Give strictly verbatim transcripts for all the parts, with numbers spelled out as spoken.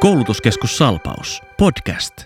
Koulutuskeskus Salpaus. Podcast.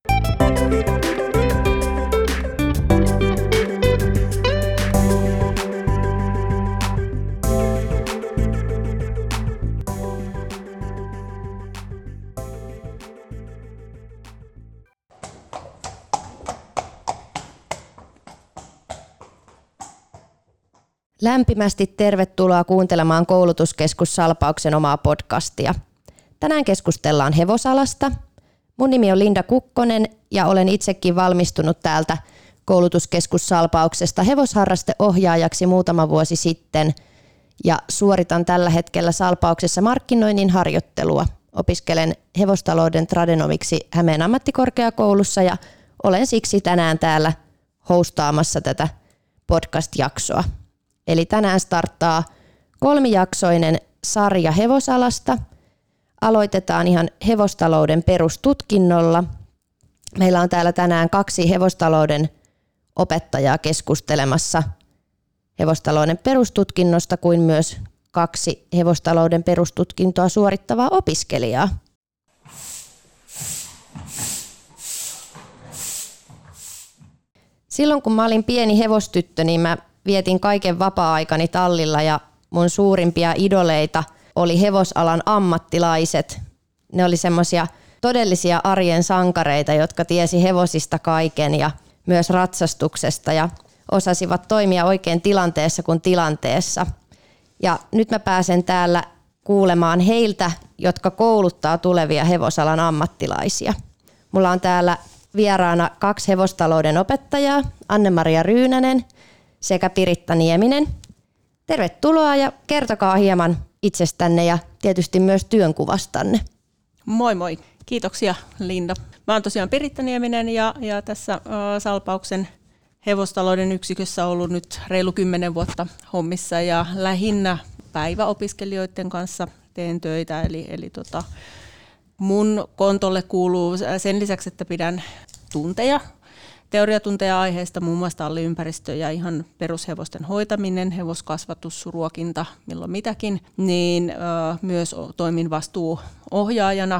Lämpimästi tervetuloa kuuntelemaan Koulutuskeskus Salpauksen omaa podcastia. Tänään keskustellaan hevosalasta. Mun nimi on Linda Kukkonen ja olen itsekin valmistunut täältä Koulutuskeskus Salpauksesta hevosharrasteohjaajaksi muutama vuosi sitten ja suoritan tällä hetkellä Salpauksessa markkinoinnin harjoittelua. Opiskelen hevostalouden tradenomiksi Hämeen ammattikorkeakoulussa ja olen siksi tänään täällä hostaamassa tätä podcast-jaksoa. Eli tänään starttaa kolmijaksoinen sarja hevosalasta. Aloitetaan ihan hevostalouden perustutkinnolla. Meillä on täällä tänään kaksi hevostalouden opettajaa keskustelemassa hevostalouden perustutkinnosta kuin myös kaksi hevostalouden perustutkintoa suorittavaa opiskelijaa. Silloin kun mä olin pieni hevostyttö, niin mä vietin kaiken vapaa-aikani tallilla ja mun suurimpia idoleita oli hevosalan ammattilaiset. Ne oli semmoisia todellisia arjen sankareita, jotka tiesi hevosista kaiken ja myös ratsastuksesta ja osasivat toimia oikein tilanteessa kuin tilanteessa. Ja nyt mä pääsen täällä kuulemaan heiltä, jotka kouluttaa tulevia hevosalan ammattilaisia. Mulla on täällä vieraana kaksi hevostalouden opettajaa, Anne-Maria Ryynänen sekä Piritta Nieminen. Tervetuloa ja kertokaa hieman itsestänne ja tietysti myös työnkuvastanne. Moi moi. Kiitoksia Linda. Mä oon tosiaan Piritta Nieminen ja, ja tässä ä, Salpauksen hevostalouden yksikössä ollut nyt reilu kymmenen vuotta hommissa ja lähinnä päiväopiskelijoiden kanssa teen töitä. Eli, eli tota, mun kontolle kuuluu sen lisäksi, että pidän tunteja, teoriatunteja aiheesta, muun muassa talliympäristö ja ihan perushevosten hoitaminen, hevoskasvatus, ruokinta, milloin mitäkin, niin ö, myös toimin vastuuohjaajana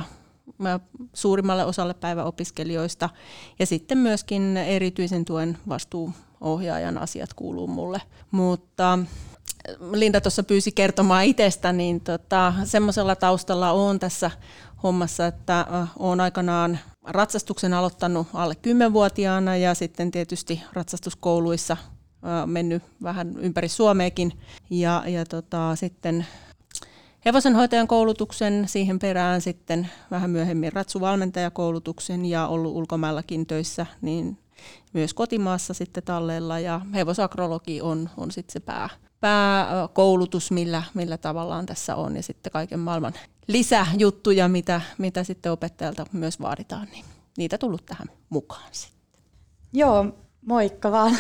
suurimmalle osalle päiväopiskelijoista ja sitten myöskin erityisen tuen vastuuohjaajan asiat kuuluu mulle. Mutta Linda tuossa pyysi kertomaan itsestä, niin tota, semmoisella taustalla olen tässä hommassa, että olen aikanaan ratsastuksen aloittanut alle kymmenvuotiaana ja sitten tietysti ratsastuskouluissa mennyt vähän ympäri Suomeakin ja, ja tota, sitten hevosenhoitajan koulutuksen, siihen perään sitten vähän myöhemmin ratsuvalmentajakoulutuksen ja ollut ulkomaillakin töissä, niin myös kotimaassa sitten talleilla ja hevosakrologi on, on sitten se pää. pääkoulutus, millä, millä tavallaan tässä on, ja sitten kaiken maailman lisäjuttuja, mitä, mitä sitten opettajalta myös vaaditaan, niin niitä tullut tähän mukaan sitten. Joo, moikka vaan.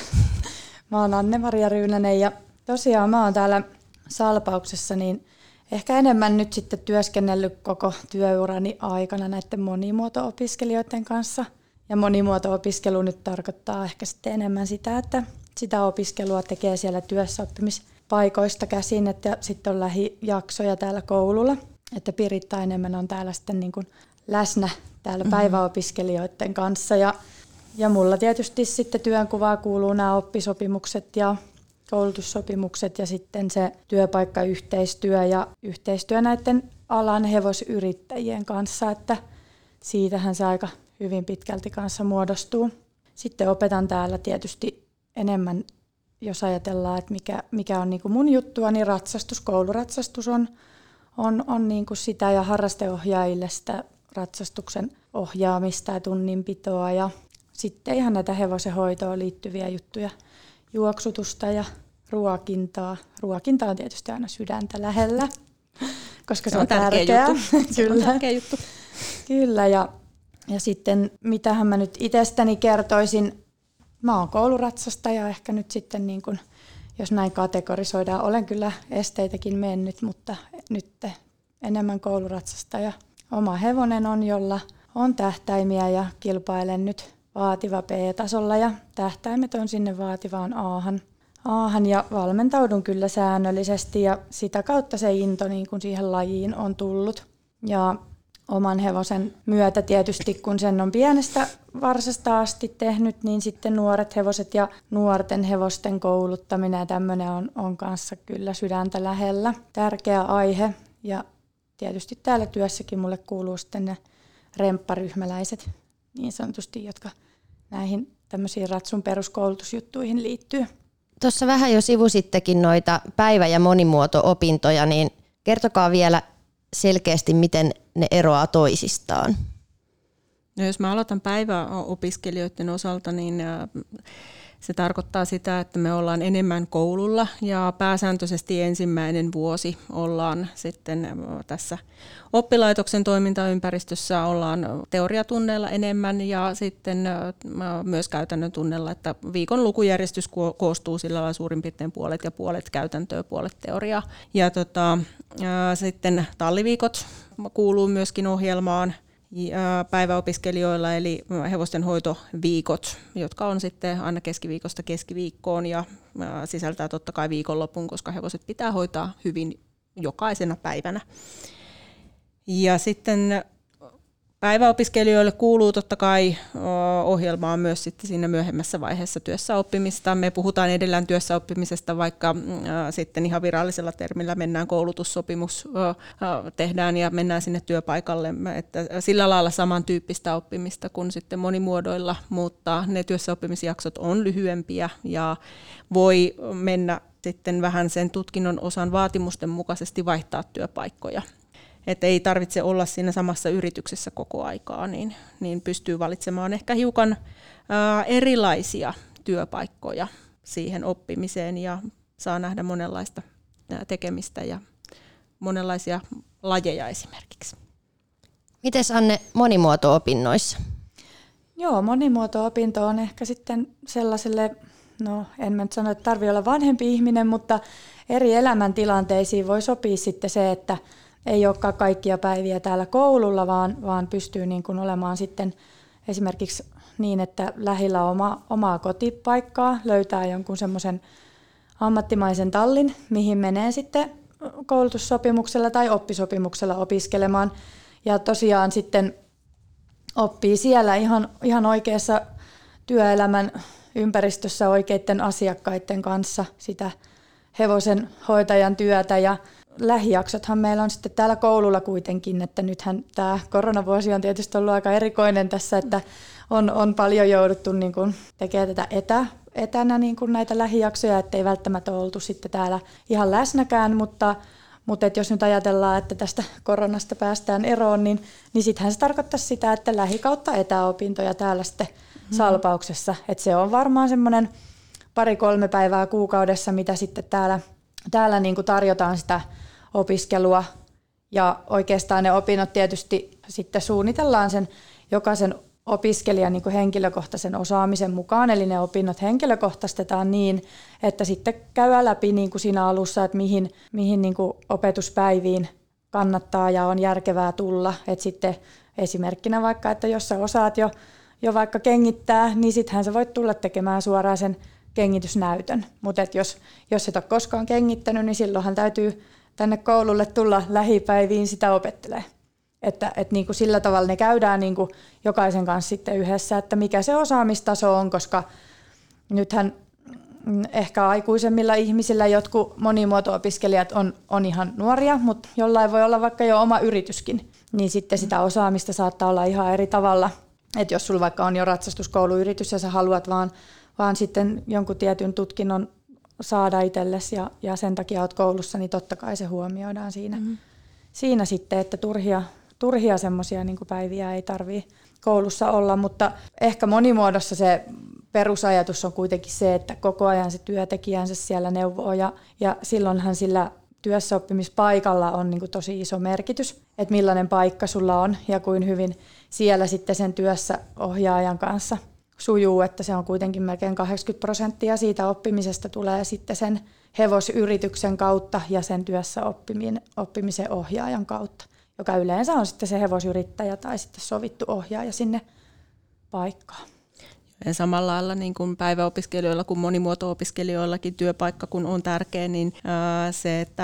Mä oon Anne-Maria Ryynänen ja tosiaan mä oon täällä Salpauksessa niin ehkä enemmän nyt sitten työskennellyt koko työurani aikana näiden monimuoto-opiskelijoiden kanssa. Ja monimuoto-opiskelu nyt tarkoittaa ehkä sitten enemmän sitä, että sitä opiskelua tekee siellä työssäoppimispaikoista käsin, että sitten on lähijaksoja täällä koululla. Että Piritta enemmän on täällä sitten niin kuin läsnä täällä päiväopiskelijoiden kanssa. Ja, ja mulla tietysti sitten työnkuvaa kuuluu nämä oppisopimukset ja koulutussopimukset ja sitten se työpaikkayhteistyö ja yhteistyö näiden alan hevosyrittäjien kanssa, että siitähän se aika hyvin pitkälti kanssa muodostuu. Sitten opetan täällä tietysti enemmän, jos ajatellaan, että mikä, mikä on niin kuin mun juttua, niin ratsastus, kouluratsastus on, on, on niin kuin sitä ja harrasteohjaajille sitä ratsastuksen ohjaamista ja tunninpitoa ja sitten ihan näitä hevosenhoitoon liittyviä juttuja, juoksutusta ja ruokintaa. Ruokinta on tietysti aina sydäntä lähellä, koska se, se on, on tärkeä. Juttu. Se on tärkeä juttu. Kyllä ja, ja sitten mitähän mä nyt itsestäni kertoisin, mä oon kouluratsastaja ehkä nyt sitten niin kuin, jos näin kategorisoidaan, olen kyllä esteitäkin mennyt, mutta nyt enemmän kouluratsastaja. Oma hevonen on, jolla on tähtäimiä ja kilpailen nyt vaativa B-tasolla ja tähtäimet on sinne vaativaan Ahan. Aahan ja valmentaudun kyllä säännöllisesti ja sitä kautta se into niin kuin siihen lajiin on tullut. Ja oman hevosen myötä tietysti, kun sen on pienestä varsasta asti tehnyt, niin sitten nuoret hevoset ja nuorten hevosten kouluttaminen ja tämmöinen on, on kanssa kyllä sydäntä lähellä. Tärkeä aihe ja tietysti täällä työssäkin mulle kuuluu sitten ne rempparyhmäläiset niin sanotusti, jotka näihin tämmöisiin ratsun peruskoulutusjuttuihin liittyy. Tuossa vähän jo sivusittekin noita päivä- ja monimuoto-opintoja, niin kertokaa vielä selkeästi, miten ne eroaa toisistaan. No jos mä aloitan päiväopiskelijoiden osalta, niin se tarkoittaa sitä, että me ollaan enemmän koululla ja pääsääntöisesti ensimmäinen vuosi ollaan sitten tässä oppilaitoksen toimintaympäristössä, ollaan teoriatunneilla enemmän ja sitten myös käytännön tunnella, että viikon lukujärjestys koostuu sillä lailla suurin piirtein puolet ja puolet käytäntöä, puolet teoriaa. Ja tota, sitten talliviikot kuuluu myöskin ohjelmaan päiväopiskelijoilla, eli hevosten hoitoviikot, jotka on sitten aina keskiviikosta keskiviikkoon ja sisältää totta kai viikonlopun, koska hevoset pitää hoitaa hyvin jokaisena päivänä. Ja sitten päiväopiskelijoille kuuluu totta kai ohjelmaan myös sitten siinä myöhemmässä vaiheessa työssäoppimista. Me puhutaan edelleen työssäoppimisesta, vaikka sitten ihan virallisella termillä mennään koulutussopimus, tehdään ja mennään sinne työpaikalle. Että sillä lailla samantyyppistä oppimista kuin sitten monimuodoilla, mutta ne työssäoppimisjaksot on lyhyempiä ja voi mennä sitten vähän sen tutkinnon osan vaatimusten mukaisesti vaihtaa työpaikkoja. Että ei tarvitse olla siinä samassa yrityksessä koko aikaa, niin, niin pystyy valitsemaan ehkä hiukan ää, erilaisia työpaikkoja siihen oppimiseen ja saa nähdä monenlaista tekemistä ja monenlaisia lajeja esimerkiksi. Mites Anne monimuoto-opinnoissa? Joo, monimuoto-opinto on ehkä sitten sellaiselle, no en mä nyt sano, että tarvitse olla vanhempi ihminen, mutta eri elämäntilanteisiin voi sopia sitten se, että ei olekaan kaikkia päiviä täällä koululla, vaan, vaan pystyy niin kuin olemaan sitten esimerkiksi niin, että lähellä oma, omaa kotipaikkaa löytää jonkun semmoisen ammattimaisen tallin, mihin menee sitten koulutussopimuksella tai oppisopimuksella opiskelemaan. Ja tosiaan sitten oppii siellä ihan, ihan oikeassa työelämän ympäristössä oikeiden asiakkaiden kanssa sitä hevosen hoitajan työtä ja lähijaksothan meillä on sitten täällä koululla kuitenkin, että nythän tämä koronavuosi on tietysti ollut aika erikoinen tässä, että on, on paljon jouduttu niin kuin tekemään tätä etä, etänä niin kuin näitä lähijaksoja, ettei välttämättä oltu sitten täällä ihan läsnäkään, mutta, mutta et jos nyt ajatellaan, että tästä koronasta päästään eroon, niin, niin sittenhän se tarkoittaisi sitä, että lähikautta etäopintoja täällä sitten mm-hmm. Salpauksessa, että se on varmaan semmoinen pari-kolme päivää kuukaudessa, mitä sitten täällä, täällä niin kuin tarjotaan sitä opiskelua ja oikeastaan ne opinnot tietysti sitten suunnitellaan sen jokaisen opiskelijan niin kuin henkilökohtaisen osaamisen mukaan, eli ne opinnot henkilökohtaistetaan niin, että sitten käydään läpi niin kuin siinä alussa, että mihin, mihin niin kuin opetuspäiviin kannattaa ja on järkevää tulla, että sitten esimerkkinä vaikka, että jos sä osaat jo, jo vaikka kengittää, niin sittenhän sä voit tulla tekemään suoraan sen kengitysnäytön, mutta jos, jos et ole koskaan kengittänyt, niin silloinhan täytyy tänne koululle tulla lähipäiviin sitä opettelemaan. Että et niinku sillä tavalla ne käydään niinku jokaisen kanssa sitten yhdessä, että mikä se osaamistaso on, koska nythän ehkä aikuisemmilla ihmisillä jotkut monimuoto-opiskelijat on, on ihan nuoria, mutta jollain voi olla vaikka jo oma yrityskin, niin sitten sitä osaamista saattaa olla ihan eri tavalla. Että jos sulla vaikka on jo ratsastuskouluyritys ja sä haluat vaan, vaan sitten jonkun tietyn tutkinnon saada itsellesi ja, ja sen takia olet koulussa, niin totta kai se huomioidaan siinä, mm-hmm. siinä sitten, että turhia, turhia semmoisia niin kuin päiviä ei tarvitse koulussa olla, mutta ehkä monimuodossa se perusajatus on kuitenkin se, että koko ajan se työntekijänsä siellä neuvoo ja, ja silloinhan sillä työssäoppimispaikalla on niin kuin tosi iso merkitys, että millainen paikka sulla on ja kuin hyvin siellä sitten sen työssäohjaajan kanssa sujuu, että se on kuitenkin melkein kahdeksankymmentä prosenttia siitä oppimisesta tulee sitten sen hevosyrityksen kautta ja sen työssä oppimisen ohjaajan kautta, joka yleensä on sitten se hevosyrittäjä tai sitten sovittu ohjaaja sinne paikkaan. Ja samalla lailla niin kuin päiväopiskelijoilla kuin monimuoto-opiskelijoillakin työpaikka kun on tärkeä, niin se, että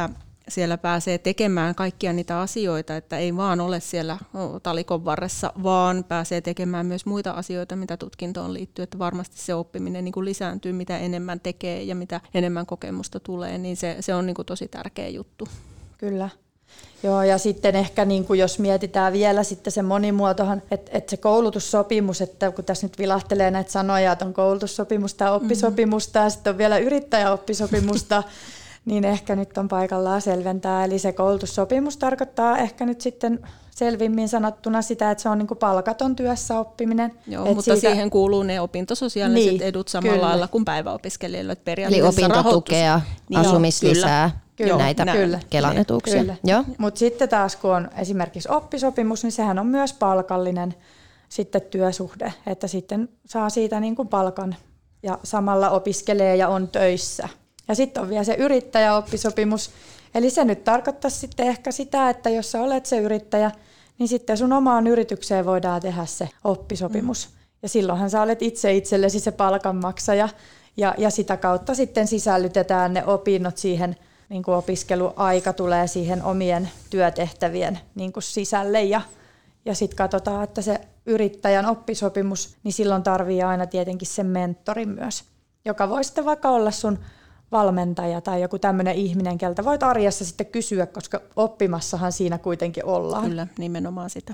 siellä pääsee tekemään kaikkia niitä asioita, että ei vaan ole siellä talikon varressa, vaan pääsee tekemään myös muita asioita, mitä tutkintoon liittyy, että varmasti se oppiminen niin kuin lisääntyy, mitä enemmän tekee ja mitä enemmän kokemusta tulee, niin se, se on niin kuin tosi tärkeä juttu. Kyllä. Joo, ja sitten ehkä niin kuin jos mietitään vielä sitten se monimuotohan, että, että se koulutussopimus, että kun tässä nyt vilahtelee näitä sanoja, että on koulutussopimusta ja oppisopimusta mm-hmm. ja sitten on vielä yrittäjäoppisopimusta, niin ehkä nyt on paikallaan selventää. Eli se koulutussopimus tarkoittaa ehkä nyt sitten selvimmin sanottuna sitä, että se on niin kuin palkaton työssä oppiminen. Joo, et mutta siitä... siihen kuuluu ne opintososiaaliset niin, edut samalla kyllä. lailla kuin päiväopiskelijoille. Eli opintotukea, rahoitus... asumislisää, kyllä. näitä kyllä. Kelan-etuuksia. Mutta sitten taas kun on esimerkiksi oppisopimus, niin sehän on myös palkallinen sitten työsuhde, että sitten saa siitä niin kuin palkan ja samalla opiskelee ja on töissä. Ja sitten on vielä se yrittäjäoppisopimus, eli se nyt tarkoittaa sitten ehkä sitä, että jos sä olet se yrittäjä, niin sitten sun omaan yritykseen voidaan tehdä se oppisopimus. Mm. Ja silloinhan sä olet itse itsellesi se palkanmaksaja, ja, ja sitä kautta sitten sisällytetään ne opinnot siihen, niin kuin opiskeluaika tulee siihen omien työtehtävien niin kuin sisälle, ja, ja sitten katsotaan, että se yrittäjän oppisopimus, niin silloin tarvii aina tietenkin sen mentorin myös, joka voi sitten vaikka olla sun valmentaja tai joku tämmöinen ihminen, keltä voit arjessa sitten kysyä, koska oppimassahan siinä kuitenkin ollaan. Kyllä, nimenomaan sitä.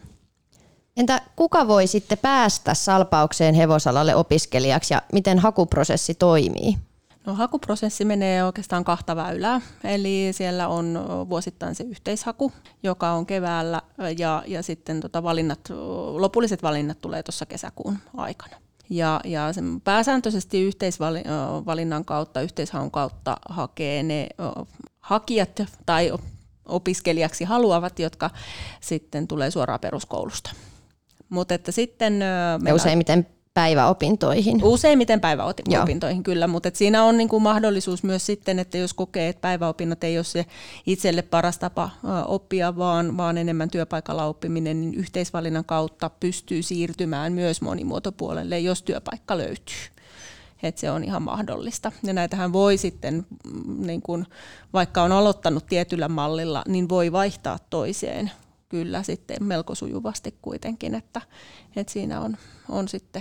Entä kuka voi sitten päästä Salpaukseen hevosalalle opiskelijaksi ja miten hakuprosessi toimii? No, hakuprosessi menee oikeastaan kahta väylää, eli siellä on vuosittain se yhteishaku, joka on keväällä ja, ja sitten tota valinnat, lopulliset valinnat tulee tuossa kesäkuun aikana. Ja, ja sen pääsääntöisesti yhteisvalinnan kautta, yhteishaun kautta hakee ne hakijat tai opiskelijaksi haluavat, jotka sitten tulee suoraan peruskoulusta. Mut että sitten, ja useimmiten päiväopintoihin. Useimmiten päiväopintoihin, Joo. kyllä, mutta siinä on niin kuin mahdollisuus myös sitten, että jos kokee, että päiväopinnot ei ole se itselle paras tapa oppia, vaan, vaan enemmän työpaikalla oppiminen, niin yhteisvalinnan kautta pystyy siirtymään myös monimuotopuolelle, jos työpaikka löytyy. Että se on ihan mahdollista. Ja näitähän voi sitten, niin kuin, vaikka on aloittanut tietyllä mallilla, niin voi vaihtaa toiseen. Kyllä sitten melko sujuvasti kuitenkin, että, että siinä on, on sitten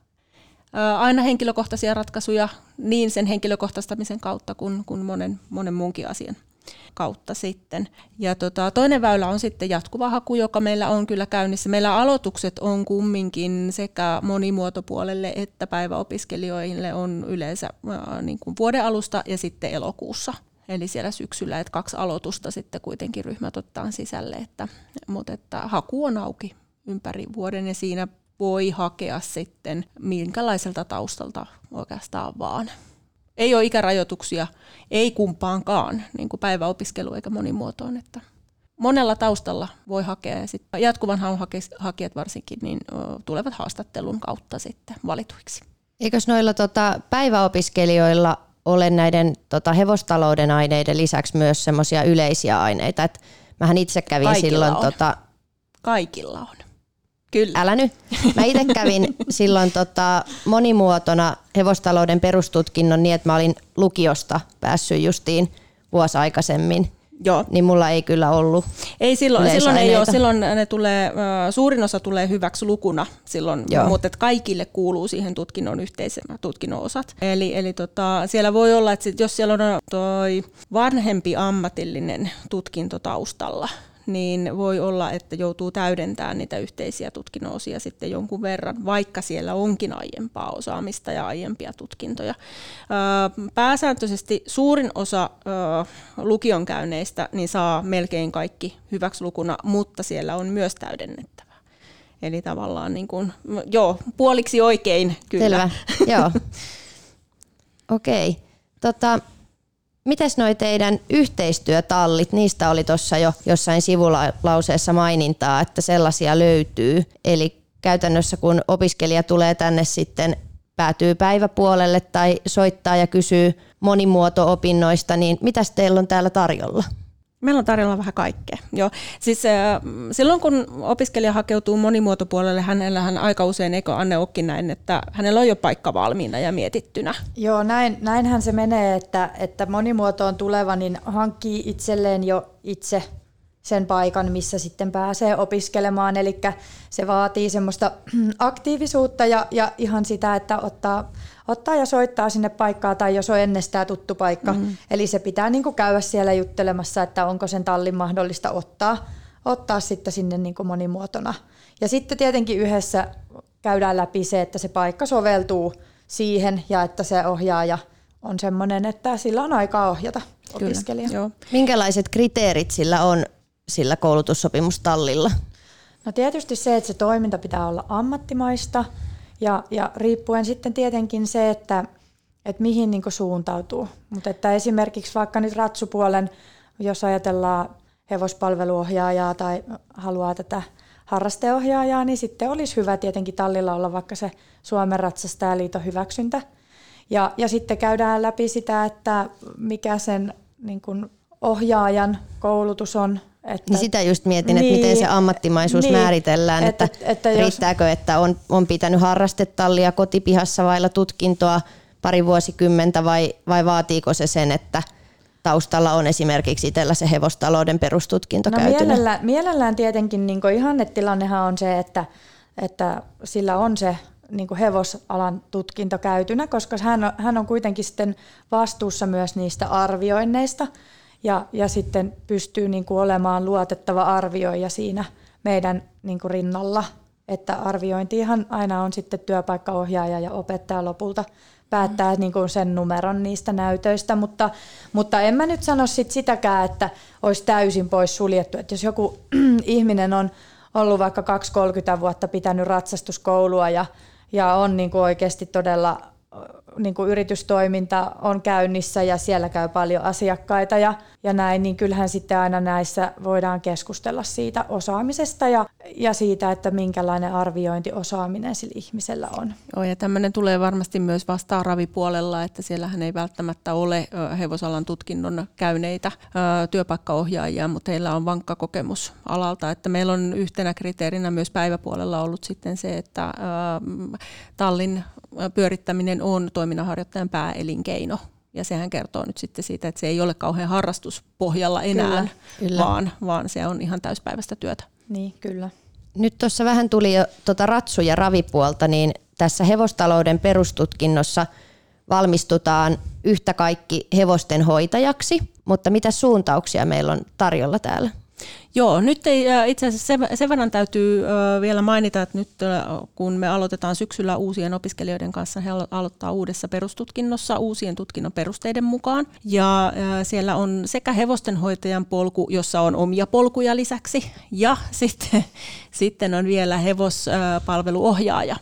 aina henkilökohtaisia ratkaisuja niin sen henkilökohtaistamisen kautta kuin, kuin monen, monen muunkin asian kautta sitten. Ja tota, toinen väylä on sitten jatkuva haku, joka meillä on kyllä käynnissä. Meillä aloitukset on kumminkin sekä monimuotopuolelle että päiväopiskelijoille on yleensä ää, niin kuin vuoden alusta ja sitten elokuussa. Eli siellä syksyllä, että kaksi aloitusta sitten kuitenkin ryhmät ottaa sisälle, että, mutta että haku on auki ympäri vuoden ja siinä voi hakea sitten minkälaiselta taustalta oikeastaan vaan. Ei ole ikärajoituksia, ei kumpaankaan, niin kuin päiväopiskelu eikä monimuotoon, että monella taustalla voi hakea ja sitten jatkuvan haun hakijat varsinkin niin tulevat haastattelun kautta sitten valituiksi. Eikös noilla tota, päiväopiskelijoilla ole näiden tota, hevostalouden aineiden lisäksi myös semmoisia yleisiä aineita? Et mähän itse kävin Kaikilla silloin... On. Tota, Kaikilla on. Kyllä. Älä nyt. Mä itse kävin silloin tota, monimuotona hevostalouden perustutkinnon niin, että mä olin lukiosta päässyt justiin vuosi aikaisemmin. Joo. Niin mulla ei kyllä ollut ei silloin, silloin ei ole, silloin ne tulee, suurin osa tulee hyväksi lukuna, silloin, mutta kaikille kuuluu siihen tutkinnon yhteisemät tutkinnon osat. Eli, eli tota, siellä voi olla, että sit, jos siellä on toi vanhempi ammatillinen tutkinto taustalla, niin voi olla, että joutuu täydentämään niitä yhteisiä tutkinnon-osia sitten jonkun verran, vaikka siellä onkin aiempaa osaamista ja aiempia tutkintoja. Pääsääntöisesti suurin osa lukion käynneistä niin saa melkein kaikki hyväksi lukuna, mutta siellä on myös täydennettävää. Eli tavallaan niin kuin, joo, puoliksi oikein kyllä. Selvä, joo. Okei. Okay. Tota, mites noi teidän yhteistyötallit, niistä oli tuossa jo jossain sivulauseessa mainintaa, että sellaisia löytyy. Eli käytännössä kun opiskelija tulee tänne sitten, päätyy päiväpuolelle tai soittaa ja kysyy monimuoto-opinnoista, niin mitäs teillä on täällä tarjolla? Meillä on tarjolla vähän kaikkea. Joo. Siis, äh, silloin kun opiskelija hakeutuu monimuotopuolelle, hänellähän aika usein eikö Anne olekin näin, että hänellä on jo paikka valmiina ja mietittynä. Joo, näin, näinhän se menee, että, että monimuotoon tuleva niin hankkii itselleen jo itse sen paikan, missä sitten pääsee opiskelemaan. Eli se vaatii semmoista aktiivisuutta ja, ja ihan sitä, että ottaa, ottaa ja soittaa sinne paikkaa tai jos on ennestään tuttu paikka. Mm. Eli se pitää niin kuin käydä siellä juttelemassa, että onko sen tallin mahdollista ottaa, ottaa sitten sinne niin kuin monimuotona. Ja sitten tietenkin yhdessä käydään läpi se, että se paikka soveltuu siihen ja että se ohjaaja on semmoinen, että sillä on aikaa ohjata opiskelijaa. Kyllä, joo. Minkälaiset kriteerit sillä on sillä koulutussopimustallilla? No tietysti se, että se toiminta pitää olla ammattimaista ja, ja riippuen sitten tietenkin se, että, että mihin niin kuin suuntautuu. Mutta että esimerkiksi vaikka nyt ratsupuolen, jos ajatellaan hevospalveluohjaajaa tai haluaa tätä harrasteohjaajaa, niin sitten olisi hyvä tietenkin tallilla olla vaikka se Suomen Ratsastajaliiton hyväksyntä. Ja, ja sitten käydään läpi sitä, että mikä sen niin kuin ohjaajan koulutus on. Että, niin sitä just mietin, että niin, miten se ammattimaisuus niin, määritellään, että, että, että riittääkö, jos, että on, on pitänyt harrastetallia kotipihassa vailla tutkintoa pari vuosikymmentä vai, vai vaatiiko se sen, että taustalla on esimerkiksi itsellä se hevostalouden perustutkinto no käytynä? Mielellään, mielellään tietenkin niin ihannetilannehan on se, että, että sillä on se niin kuin hevosalan tutkinto käytynä, koska hän on, hän on kuitenkin sitten vastuussa myös niistä arvioinneista ja, ja sitten pystyy niin kuin olemaan luotettava arvioija siinä meidän niin kuin rinnalla, että arviointihan aina on sitten työpaikkaohjaaja ja opettaja lopulta päättää niin kuin sen numeron niistä näytöistä, mutta, mutta en mä nyt sano sit sitäkään, että olisi täysin pois suljettu, että jos joku ihminen on ollut vaikka kaksikymmentä kolmekymmentä vuotta pitänyt ratsastuskoulua ja Ja on niin kuin oikeasti todella, niin kuin yritystoiminta on käynnissä ja siellä käy paljon asiakkaita ja, ja näin, niin kyllähän sitten aina näissä voidaan keskustella siitä osaamisesta ja, ja siitä, että minkälainen arviointiosaaminen sillä ihmisellä on. Joo, ja tämmöinen tulee varmasti myös vastaan ravipuolella, että siellähän ei välttämättä ole hevosalan tutkinnon käyneitä työpaikkaohjaajia, mutta heillä on vankka kokemus alalta. Että meillä on yhtenä kriteerinä myös päiväpuolella ollut sitten se, että tallin pyörittäminen on toiminnanharjoittajan pääelinkeino. Ja sehän kertoo nyt sitten siitä, että se ei ole kauhean harrastuspohjalla enää, kyllä, kyllä. Vaan, vaan se on ihan täyspäiväistä työtä. Niin, kyllä. Nyt tuossa vähän tuli jo tuota ratsu- ja ravipuolta, niin tässä hevostalouden perustutkinnossa valmistutaan yhtä kaikki hevosten hoitajaksi, mutta mitä suuntauksia meillä on tarjolla täällä? Joo, nyt ei, itse asiassa sen verran täytyy vielä mainita, että nyt kun me aloitetaan syksyllä uusien opiskelijoiden kanssa, he aloittaa uudessa perustutkinnossa uusien tutkinnon perusteiden mukaan. Ja siellä on sekä hevostenhoitajan polku, jossa on omia polkuja lisäksi, ja sitten, sitten on vielä hevospalveluohjaaja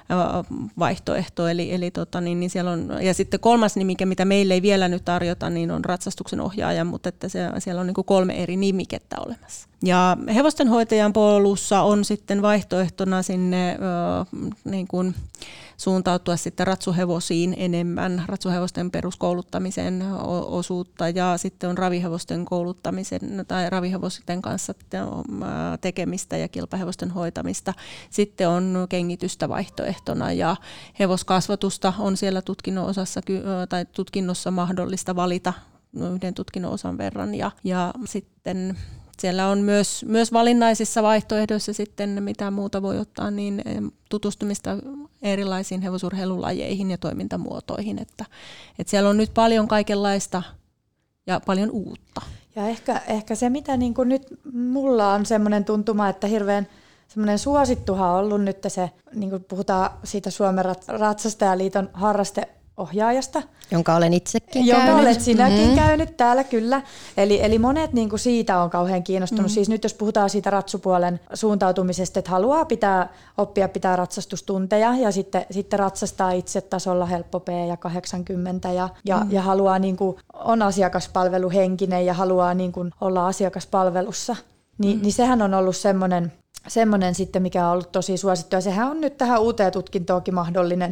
vaihtoehto, eli, eli tota, niin, niin siellä on, ja sitten kolmas nimike, mitä meille ei vielä nyt tarjota, niin on ratsastuksen ohjaaja, mutta että se, siellä on niin kuin kolme eri nimikettä olemassa. Ja hevostenhoitajan polussa on sitten vaihtoehtona sinne äh, niin kuin suuntautua sitten ratsuhevosiin enemmän, ratsuhevosten peruskouluttamisen osuutta ja sitten on ravihevosten kouluttamisen tai ravihevosten kanssa tekemistä ja kilpahevosten hoitamista. Sitten on kengitystä vaihtoehtona ja hevoskasvatusta on siellä tutkinnon osassa tai tutkinnossa mahdollista valita yhden tutkinnon osan verran ja, ja sitten siellä on myös, myös valinnaisissa vaihtoehdoissa sitten, mitä muuta voi ottaa, niin tutustumista erilaisiin hevosurheilulajeihin ja toimintamuotoihin. Että, että siellä on nyt paljon kaikenlaista ja paljon uutta. Ja ehkä, ehkä se, mitä niin kuin nyt mulla on semmoinen tuntuma, että hirveän semmoinen suosittuhan on ollut nyt se, niin kuin puhutaan siitä Suomen Ratsastajaliiton harraste ohjaajasta. Jonka olen itsekin Jonka käynyt. olet sinäkin mm-hmm. käynyt täällä, kyllä. Eli, eli monet niin kuin siitä on kauhean kiinnostunut. Mm-hmm. Siis nyt jos puhutaan siitä ratsupuolen suuntautumisesta, että haluaa pitää, oppia pitää ratsastustunteja ja sitten, sitten ratsastaa itse tasolla helppo P ja kahdeksankymmentä ja, ja, mm-hmm. ja haluaa, niin kuin, on asiakaspalveluhenkinen ja haluaa niin kuin, olla asiakaspalvelussa. Ni, mm-hmm. Niin sehän on ollut semmoinen, semmoinen sitten, mikä on ollut tosi suosittu. Ja sehän on nyt tähän uuteen tutkintoonkin mahdollinen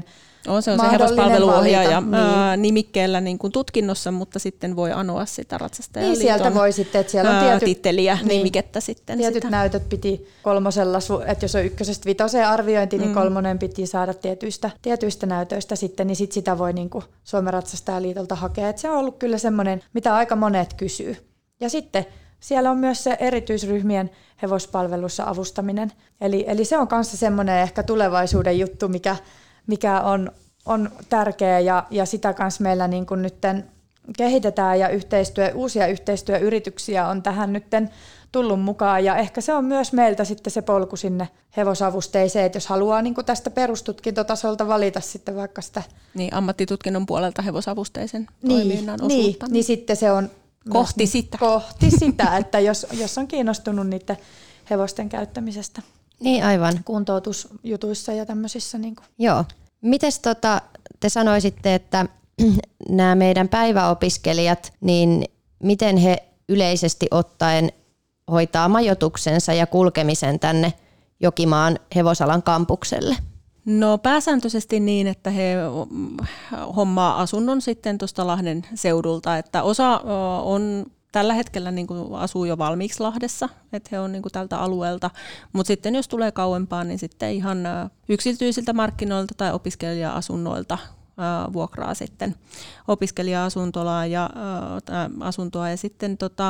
On se on se hevospalveluohjaaja niin. nimikkeellä niin kuin tutkinnossa, mutta sitten voi anoa sitä Ratsastajaliiton niin, sieltä voi sitten, että siellä on tietyt, titteliä, niin, nimikettä sitten. Tietyt sitä. näytöt piti kolmosella, että jos on ykkösestä vitoseen arviointi, niin mm. kolmonen piti saada tietyistä, tietyistä näytöistä sitten, niin sit sitä voi niin kuin Suomen Ratsastajaliitolta hakea. Et se on ollut kyllä semmoinen, mitä aika monet kysyy. Ja sitten siellä on myös se erityisryhmien hevospalvelussa avustaminen. Eli, eli se on myös semmoinen ehkä tulevaisuuden juttu, mikä, mikä on, on tärkeä ja, ja sitä kanssa meillä niin kuin nytten kehitetään ja yhteistyö, uusia yhteistyöyrityksiä on tähän nytten tullut mukaan. Ja ehkä se on myös meiltä sitten se polku sinne hevosavusteiseen, että jos haluaa niin kuin tästä perustutkintotasolta valita sitten vaikka sitä niin, ammattitutkinnon puolelta hevosavusteisen toiminnan niin, osuutta. Niin, niin sitten se on kohti myös, sitä. Kohti sitä, että jos, jos on kiinnostunut niiden hevosten käyttämisestä. Niin aivan. Kuntoutusjutuissa ja tämmöisissä. Niin kuin. Joo. Mites tota, te sanoisitte, että nämä meidän päiväopiskelijat, niin miten he yleisesti ottaen hoitaa majoituksensa ja kulkemisen tänne Jokimaan hevosalan kampukselle? No pääsääntöisesti niin, että he hommaa asunnon sitten tuosta Lahden seudulta, että osa on tällä hetkellä niin kuin asuu jo valmiiksi Lahdessa, että he on niin kuin tältä alueelta, mutta sitten jos tulee kauempaa, niin sitten ihan yksityisiltä markkinoilta tai opiskelija-asunnoilta vuokraa sitten opiskelija-asuntoa ja, asuntoa ja sitten tota,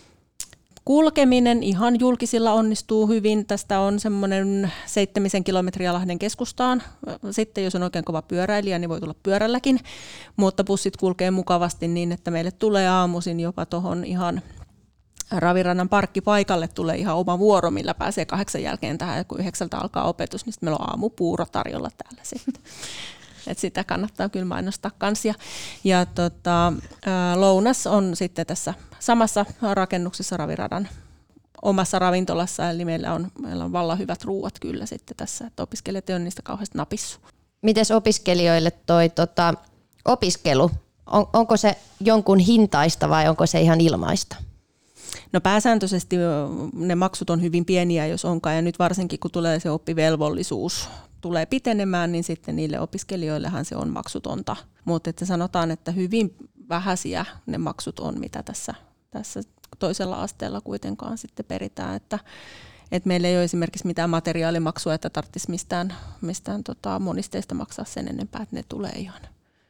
kulkeminen ihan julkisilla onnistuu hyvin. Tästä on semmoinen seitsemisen kilometriä Lahden keskustaan. Sitten jos on oikein kova pyöräilijä, niin voi tulla pyörälläkin. Mutta bussit kulkee mukavasti niin, että meille tulee aamuisin jopa tuohon ihan Ravirannan parkkipaikalle tulee ihan oma vuoro, millä pääsee kahdeksan jälkeen tähän, kun yhdeksältä alkaa opetus, niin sitten meillä on aamupuuro tarjolla täällä sitten. Et sitä kannattaa kyllä mainostaa kans. Ja, ja tota, lounas on sitten tässä samassa rakennuksessa Raviradan omassa ravintolassa, eli meillä on, meillä on vallan hyvät ruuat kyllä sitten tässä, että opiskelijat ei ole niistä kauheasti napissu. Mites opiskelijoille toi tota, opiskelu, on, onko se jonkun hintaista vai onko se ihan ilmaista? No pääsääntöisesti ne maksut on hyvin pieniä, jos onkaan, ja nyt varsinkin kun tulee se oppivelvollisuus, tulee pitenemään, niin sitten niille opiskelijoillehan se on maksutonta. Mutta että sanotaan, että hyvin vähäisiä ne maksut on, mitä tässä, tässä toisella asteella kuitenkaan sitten peritään. Että, että meillä ei ole esimerkiksi mitään materiaalimaksua, että tarvitsisi mistään, mistään tota monisteista maksaa sen enempää, että ne tulee ihan,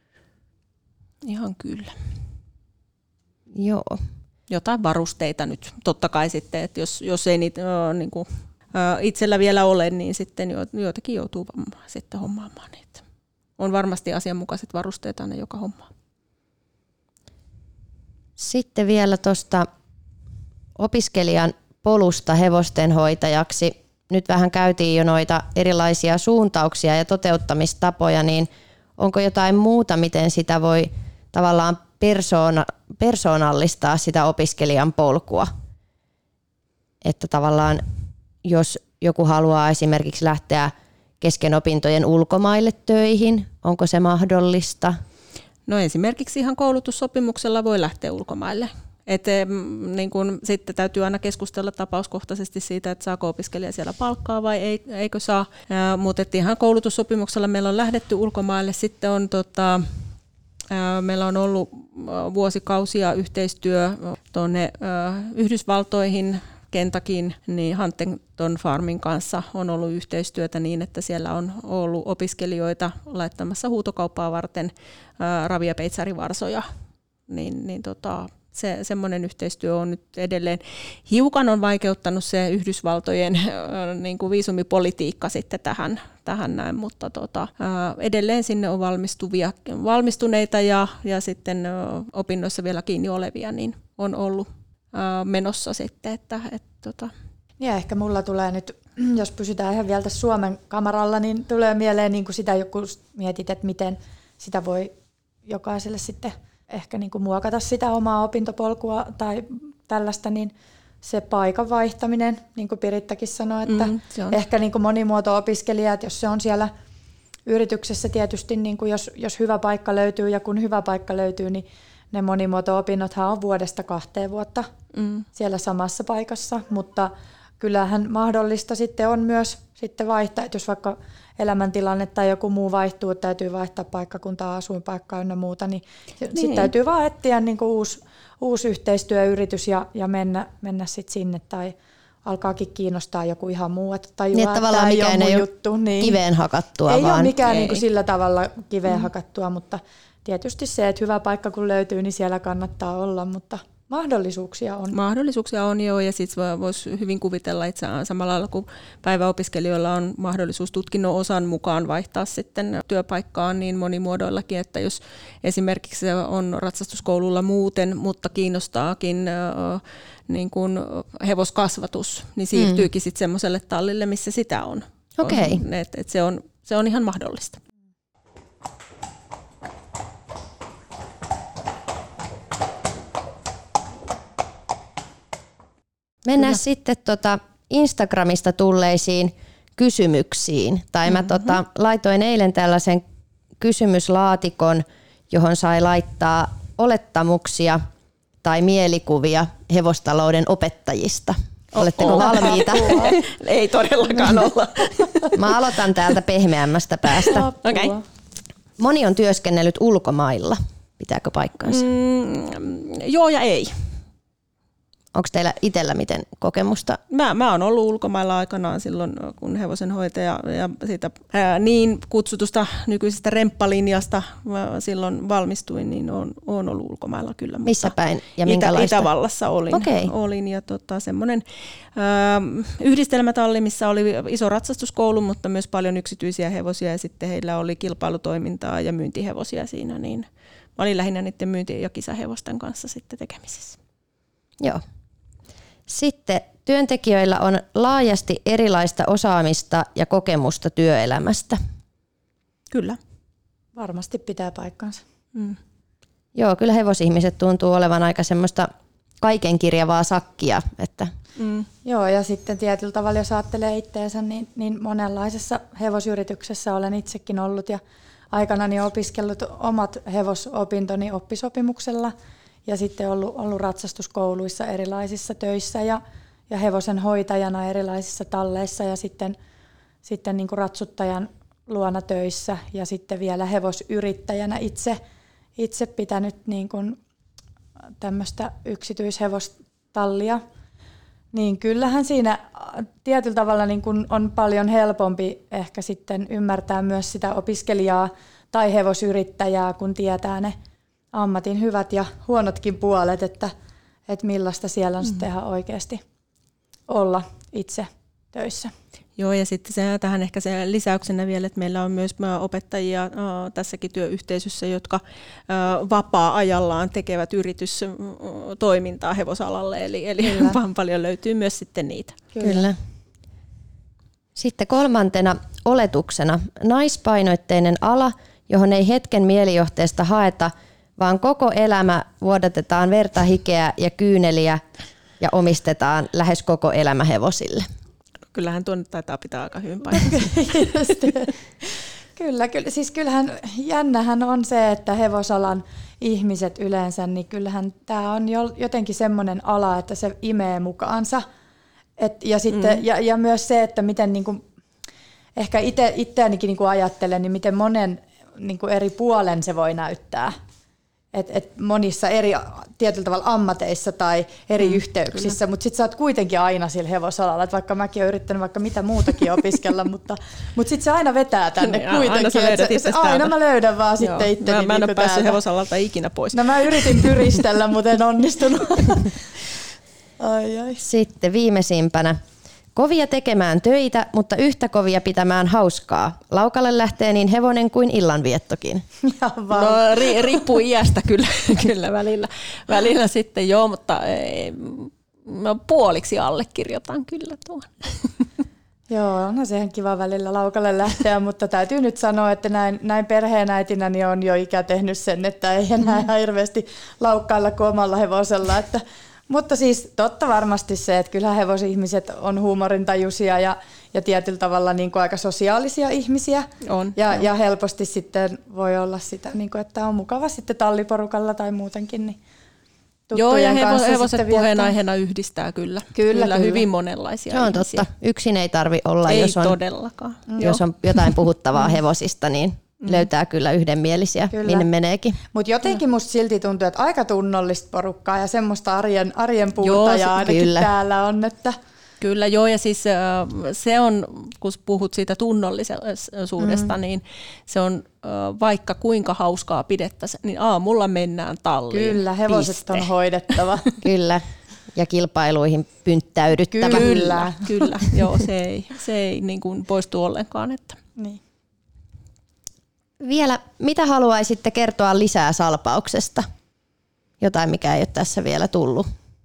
ihan kyllä. Joo. Jotain varusteita nyt totta kai sitten, että jos, jos ei niitä äh, niin kuin, äh, itsellä vielä ole, niin sitten jo, joitakin joutuu sitten hommaamaan niitä. On varmasti asianmukaiset varusteet aina joka hommaa. Sitten vielä tuosta opiskelijan polusta hevostenhoitajaksi. Nyt vähän käytiin jo noita erilaisia suuntauksia ja toteuttamistapoja, niin onko jotain muuta, miten sitä voi tavallaan persoona, persoonallistaa sitä opiskelijan polkua? Että tavallaan jos joku haluaa esimerkiksi lähteä kesken opintojen ulkomaille töihin, onko se mahdollista? No esimerkiksi ihan koulutussopimuksella voi lähteä ulkomaille. Et, niin kun, sitten täytyy aina keskustella tapauskohtaisesti siitä, että saako opiskelija siellä palkkaa vai ei, eikö saa. Ää, mutta ihan koulutussopimuksella meillä on lähdetty ulkomaille. Sitten on, tota, ää, meillä on ollut vuosikausia yhteistyö tuonne Yhdysvaltoihin, Kentakin, niin Huntington Farmin kanssa on ollut yhteistyötä niin, että siellä on ollut opiskelijoita laittamassa huutokauppaa varten ää, ravi- ja peitsarivarsoja. Niin, niin tota, se, semmoinen yhteistyö on nyt edelleen. Hiukan on vaikeuttanut se Yhdysvaltojen ää, niin kuin viisumipolitiikka sitten tähän, tähän näin, mutta tota, ää, edelleen sinne on valmistuvia, valmistuneita ja, ja sitten ää, opinnoissa vielä kiinni olevia, niin on ollut menossa sitten. Että, et, tota. Ja ehkä mulla tulee nyt, jos pysytään ihan vielä tässä Suomen kamaralla, niin tulee mieleen niin kuin sitä, joku mietit, että miten sitä voi jokaiselle sitten ehkä niin kuin muokata sitä omaa opintopolkua tai tällaista, niin se paikan vaihtaminen, niin kuin Pirittakin sanoi, että mm, ehkä niin kuin monimuoto-opiskelijat, jos se on siellä yrityksessä tietysti, niin kuin jos, jos hyvä paikka löytyy ja kun hyvä paikka löytyy, niin ne monimuoto-opinnothan on vuodesta kahteen vuotta mm. siellä samassa paikassa, mutta kyllähän mahdollista sitten on myös sitten vaihtaa, että jos vaikka elämäntilanne tai joku muu vaihtuu, että täytyy vaihtaa paikkakuntaa, asuinpaikkaa ynnä muuta, niin, niin. sitten täytyy vaan etsiä niin kuin uusi, uusi yhteistyöyritys ja, ja mennä, mennä sitten sinne tai alkaakin kiinnostaa joku ihan muu, että tajuaa, niin, että tämä ei ole mun juttu. Niin. Kiveen hakattua ei vaan. Ole mikään ei. Niin kuin sillä tavalla kiveen mm. hakattua, mutta tietysti se, että hyvä paikka kun löytyy, niin siellä kannattaa olla, mutta mahdollisuuksia on. Mahdollisuuksia on jo, ja sitten voisi hyvin kuvitella itse samalla lailla kuin päiväopiskelijoilla on mahdollisuus tutkinnon osan mukaan vaihtaa sitten työpaikkaan niin monimuodoillakin, että jos esimerkiksi on ratsastuskoululla muuten, mutta kiinnostaakin äh, niin kuin hevoskasvatus, niin siirtyykin mm. sitten semmoiselle tallille, missä sitä on. Okei. Okay. Et, et se, on, se on ihan mahdollista. Mennään Kyllä. sitten tota Instagramista tulleisiin kysymyksiin. Tai mä mm-hmm. tota, laitoin eilen tällaisen kysymyslaatikon, johon sai laittaa olettamuksia tai mielikuvia hevostalouden opettajista. Oletteko Oho. valmiita? Ei todellakaan olla. Mä aloitan täältä pehmeämmästä päästä. Okay. Moni on työskennellyt ulkomailla. Pitääkö paikkansa? Mm, joo ja ei. Onko teillä itsellä miten kokemusta? Mä, mä oon ollut ulkomailla aikanaan silloin, kun hevosenhoitaja ja siitä ää, niin kutsutusta nykyisestä remppalinjasta silloin valmistuin, niin oon, oon ollut ulkomailla kyllä. Missä päin ja minkälaista? Itä, Itävallassa olin. Okay. olin ja tota, semmoinen ää, yhdistelmätalli, missä oli iso ratsastuskoulu, mutta myös paljon yksityisiä hevosia ja sitten heillä oli kilpailutoimintaa ja myyntihevosia siinä, niin mä olin lähinnä niiden myynti- ja kisahevosten kanssa sitten tekemisissä. Joo. Sitten työntekijöillä on laajasti erilaista osaamista ja kokemusta työelämästä. Kyllä. Varmasti pitää paikkansa. Mm. Joo, kyllä hevosihmiset tuntuu olevan aika semmoista kaikenkirjavaa sakkia. Että mm. Joo, ja sitten tietyllä tavalla, jos ajattelee itteensä, niin, niin monenlaisessa hevosyrityksessä olen itsekin ollut ja aikanani opiskellut omat hevosopintoni oppisopimuksella. Ja sitten ollut, ollut ratsastuskouluissa erilaisissa töissä ja, ja hevosen hoitajana erilaisissa talleissa ja sitten, sitten niin kuin ratsuttajan luona töissä ja sitten vielä hevosyrittäjänä itse, itse pitänyt niin kuin tämmöistä yksityishevostallia. Niin kyllähän siinä tietyllä tavalla niin kuin on paljon helpompi ehkä sitten ymmärtää myös sitä opiskelijaa tai hevosyrittäjää, kun tietää ne ammatin hyvät ja huonotkin puolet, että, että millaista siellä on mm. sitten ihan oikeasti olla itse töissä. Joo, ja sitten se, tähän ehkä se lisäyksenä vielä, että meillä on myös opettajia äh, tässäkin työyhteisössä, jotka äh, vapaa-ajallaan tekevät yritystoimintaa hevosalalle, eli, eli vaan paljon löytyy myös sitten niitä. Kyllä. Kyllä. Sitten kolmantena oletuksena naispainoitteinen ala, johon ei hetken mielijohteesta haeta, vaan koko elämä vuodatetaan verta, hikeä ja kyyneliä ja omistetaan lähes koko elämä hevosille. Kyllähän tuonne taitaa pitää aika hyvin paikkaa. Kyllä, kyllä, siis kyllähän jännähän on se, että hevosalan ihmiset yleensä, niin kyllähän tämä on jotenkin semmoinen ala, että se imee mukaansa. Et, ja, sitten, mm. ja, ja myös se, että miten niin kuin, ehkä ite, itseänikin niin kuin ajattelen, niin miten monen niin kuin eri puolen se voi näyttää. Et, et monissa eri tietyllä tavalla ammateissa tai eri mm, yhteyksissä, mutta sitten sä oot kuitenkin aina sillä hevosalalla, että vaikka mäkin olen yrittänyt vaikka mitä muutakin opiskella, mutta, mutta sitten se aina vetää tänne ja, kuitenkin. Aina sä löydät se, se, aina mä löydän vaan Joo. sitten itteni. Mä, mä en niin ole päässyt täältä hevosalalta ikinä pois. No mä yritin pyristellä, mutta en onnistunut. ai, ai. Sitten viimeisimpänä. Kovia tekemään töitä, mutta yhtä kovia pitämään hauskaa. Laukalle lähtee niin hevonen kuin illanviettokin. No ri, riippuu iästä kyllä, kyllä välillä, välillä sitten joo, mutta ei, mä puoliksi allekirjoitan kyllä tuon. Joo, no sehän kiva välillä laukalle lähteä, mutta täytyy nyt sanoa, että näin, näin perheenäitinä niin on jo ikä tehnyt sen, että ei enää ihan hirveästi laukkailla kuin omalla hevosella, että mutta siis totta varmasti se, että kyllä hevosihmiset on huumorintajuisia ja, ja tietyllä tavalla niin kuin aika sosiaalisia ihmisiä. On, ja, on. ja helposti sitten voi olla sitä, niin kuin, että on mukava sitten talliporukalla tai muutenkin. Niin, Joo, ja hevo, kanssa hevoset puheenaiheena yhdistää kyllä. Kyllä, kyllä, kyllä. hyvin monenlaisia Se on ihmisiä. totta. Yksin ei tarvi olla, Ei jos on, todellakaan. jos on jotain puhuttavaa hevosista, niin löytää kyllä yhdenmielisiä, Kyllä. minne meneekin. Mutta jotenkin musta silti tuntuu, että aika tunnollista porukkaa ja semmoista arjen, arjen puurtajaa Joo, se- ainakin kyllä. täällä on. Että Kyllä joo, ja siis äh, se on, kun puhut siitä tunnollisuudesta, mm. niin se on äh, vaikka kuinka hauskaa pidettäisiin, niin aamulla mennään talliin. kyllä, hevoset Piste. on hoidettava. Kyllä. Ja kilpailuihin pynttäydyttävä. Kyllä. Kyllä, kyllä. Joo, se ei, se ei niin kuin poistu ollenkaan. Että. Niin. Vielä, mitä haluaisitte kertoa lisää Salpauksesta? Jotain, mikä ei ole tässä vielä tullut.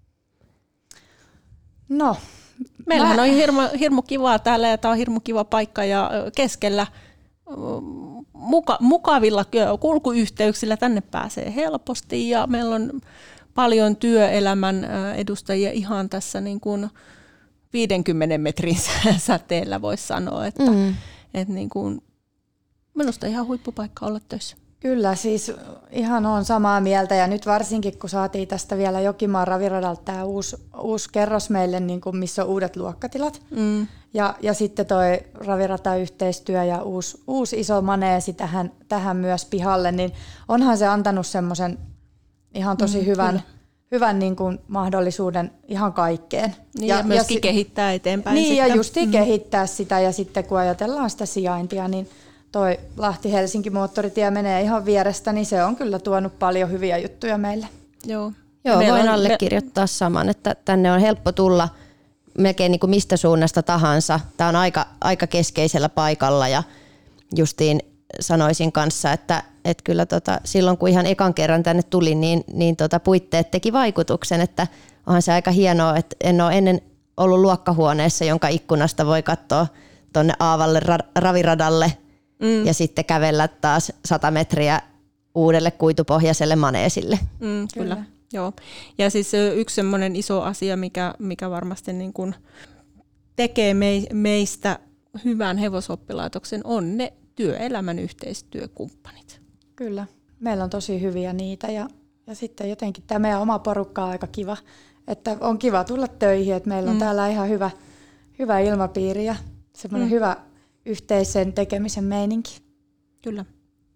No, Meillähän Mä- on hirmu, hirmu kivaa täällä ja tämä on hirmu kiva paikka ja ö, keskellä ö, muka, mukavilla kulkuyhteyksillä tänne pääsee helposti ja meillä on paljon työelämän ö, edustajia ihan tässä niin kuin viidenkymmenen metrin säteellä voisi sanoa, että Mm. et niin kuin, minusta ihan huippupaikka olla töissä. Kyllä, siis ihan on samaa mieltä ja nyt varsinkin kun saatiin tästä vielä Jokimaan raviradalta tämä uusi, uusi kerros meille, niin kuin missä on uudet luokkatilat Mm. ja, ja sitten toi raviratayhteistyö ja uusi, uusi iso maneesi tähän, tähän myös pihalle, niin onhan se antanut semmoisen ihan tosi Mm, hyvän, kyllä. hyvän niin kuin mahdollisuuden ihan kaikkeen. Niin, ja, ja myöskin si- kehittää eteenpäin Niin sitten. ja justiin mm. kehittää sitä ja sitten kun ajatellaan sitä sijaintia, niin toi Lahti-Helsinki-moottoritie menee ihan vierestä, niin se on kyllä tuonut paljon hyviä juttuja meille. Joo, Joo, Meillä voin on- allekirjoittaa saman, että tänne on helppo tulla melkein niin kuin mistä suunnasta tahansa. Tämä on aika, aika keskeisellä paikalla ja justiin sanoisin kanssa, että, että kyllä tota, silloin kun ihan ekan kerran tänne tulin, niin, niin tota puitteet teki vaikutuksen, että onhan se aika hienoa, että en ole ennen ollut luokkahuoneessa, jonka ikkunasta voi katsoa tuonne Aavalle ra- raviradalle Mm. ja sitten kävellä taas sata metriä uudelle kuitupohjaiselle maneesille. Mm, kyllä. Kyllä. Joo. Ja siis ö, yksi semmoinen iso asia, mikä, mikä varmasti niin kuin tekee mei, meistä hyvän hevosoppilaitoksen, on ne työelämän yhteistyökumppanit. Kyllä, meillä on tosi hyviä niitä ja, ja sitten jotenkin tämä meidän oma porukka on aika kiva, että on kiva tulla töihin, että meillä on Mm. täällä ihan hyvä, hyvä ilmapiiri ja semmoinen Mm. hyvä yhteisen tekemisen meininki. Kyllä.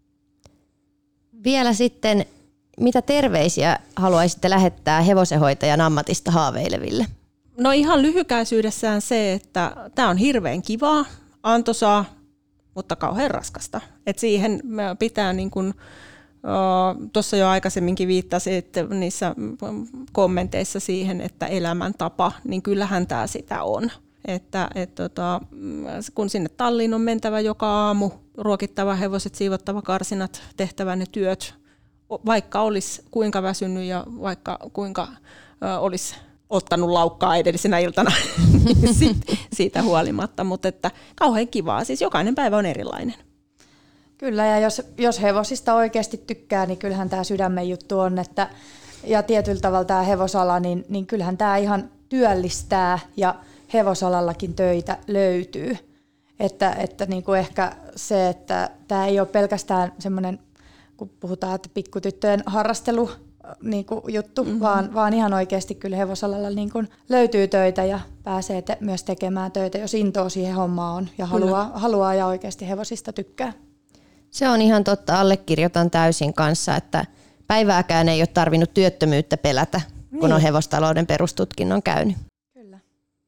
Vielä sitten, mitä terveisiä haluaisitte lähettää hevosenhoitajan ammatista haaveileville? No ihan lyhykäisyydessään se, että tämä on hirveän kivaa, antoisaa, mutta kauhean raskasta. Et siihen me pitää, niin kuin tuossa jo aikaisemminkin viittasit niissä kommenteissa siihen, että elämäntapa, niin kyllähän tämä sitä on. Että et, tota, kun sinne talliin on mentävä joka aamu, ruokittava hevoset, siivottava karsinat, tehtävä ne työt, vaikka olisi kuinka väsynyt ja vaikka kuinka ö, olisi ottanut laukkaa edellisenä iltana siitä huolimatta, mutta että kauhean kivaa, siis jokainen päivä on erilainen. Kyllä, ja jos, jos hevosista oikeasti tykkää, niin kyllähän tämä sydämen juttu on, että, ja tietyllä tavalla tämä hevosala, niin, niin kyllähän tämä ihan työllistää, ja hevosalallakin töitä löytyy. Että, että niin kuin ehkä se, että tämä ei ole pelkästään semmoinen, kun puhutaan, että pikkutyttöjen harrastelu niin kuin juttu, mm-hmm. vaan, vaan ihan oikeasti kyllä hevosalalla niin kuin löytyy töitä ja pääsee te, myös tekemään töitä, jos intoa siihen hommaan on ja haluaa, haluaa ja oikeasti hevosista tykkää. Se on ihan totta, allekirjoitan täysin kanssa, että päivääkään ei ole tarvinnut työttömyyttä pelätä, kun Niin. on hevostalouden perustutkinnon käynyt. Kyllä.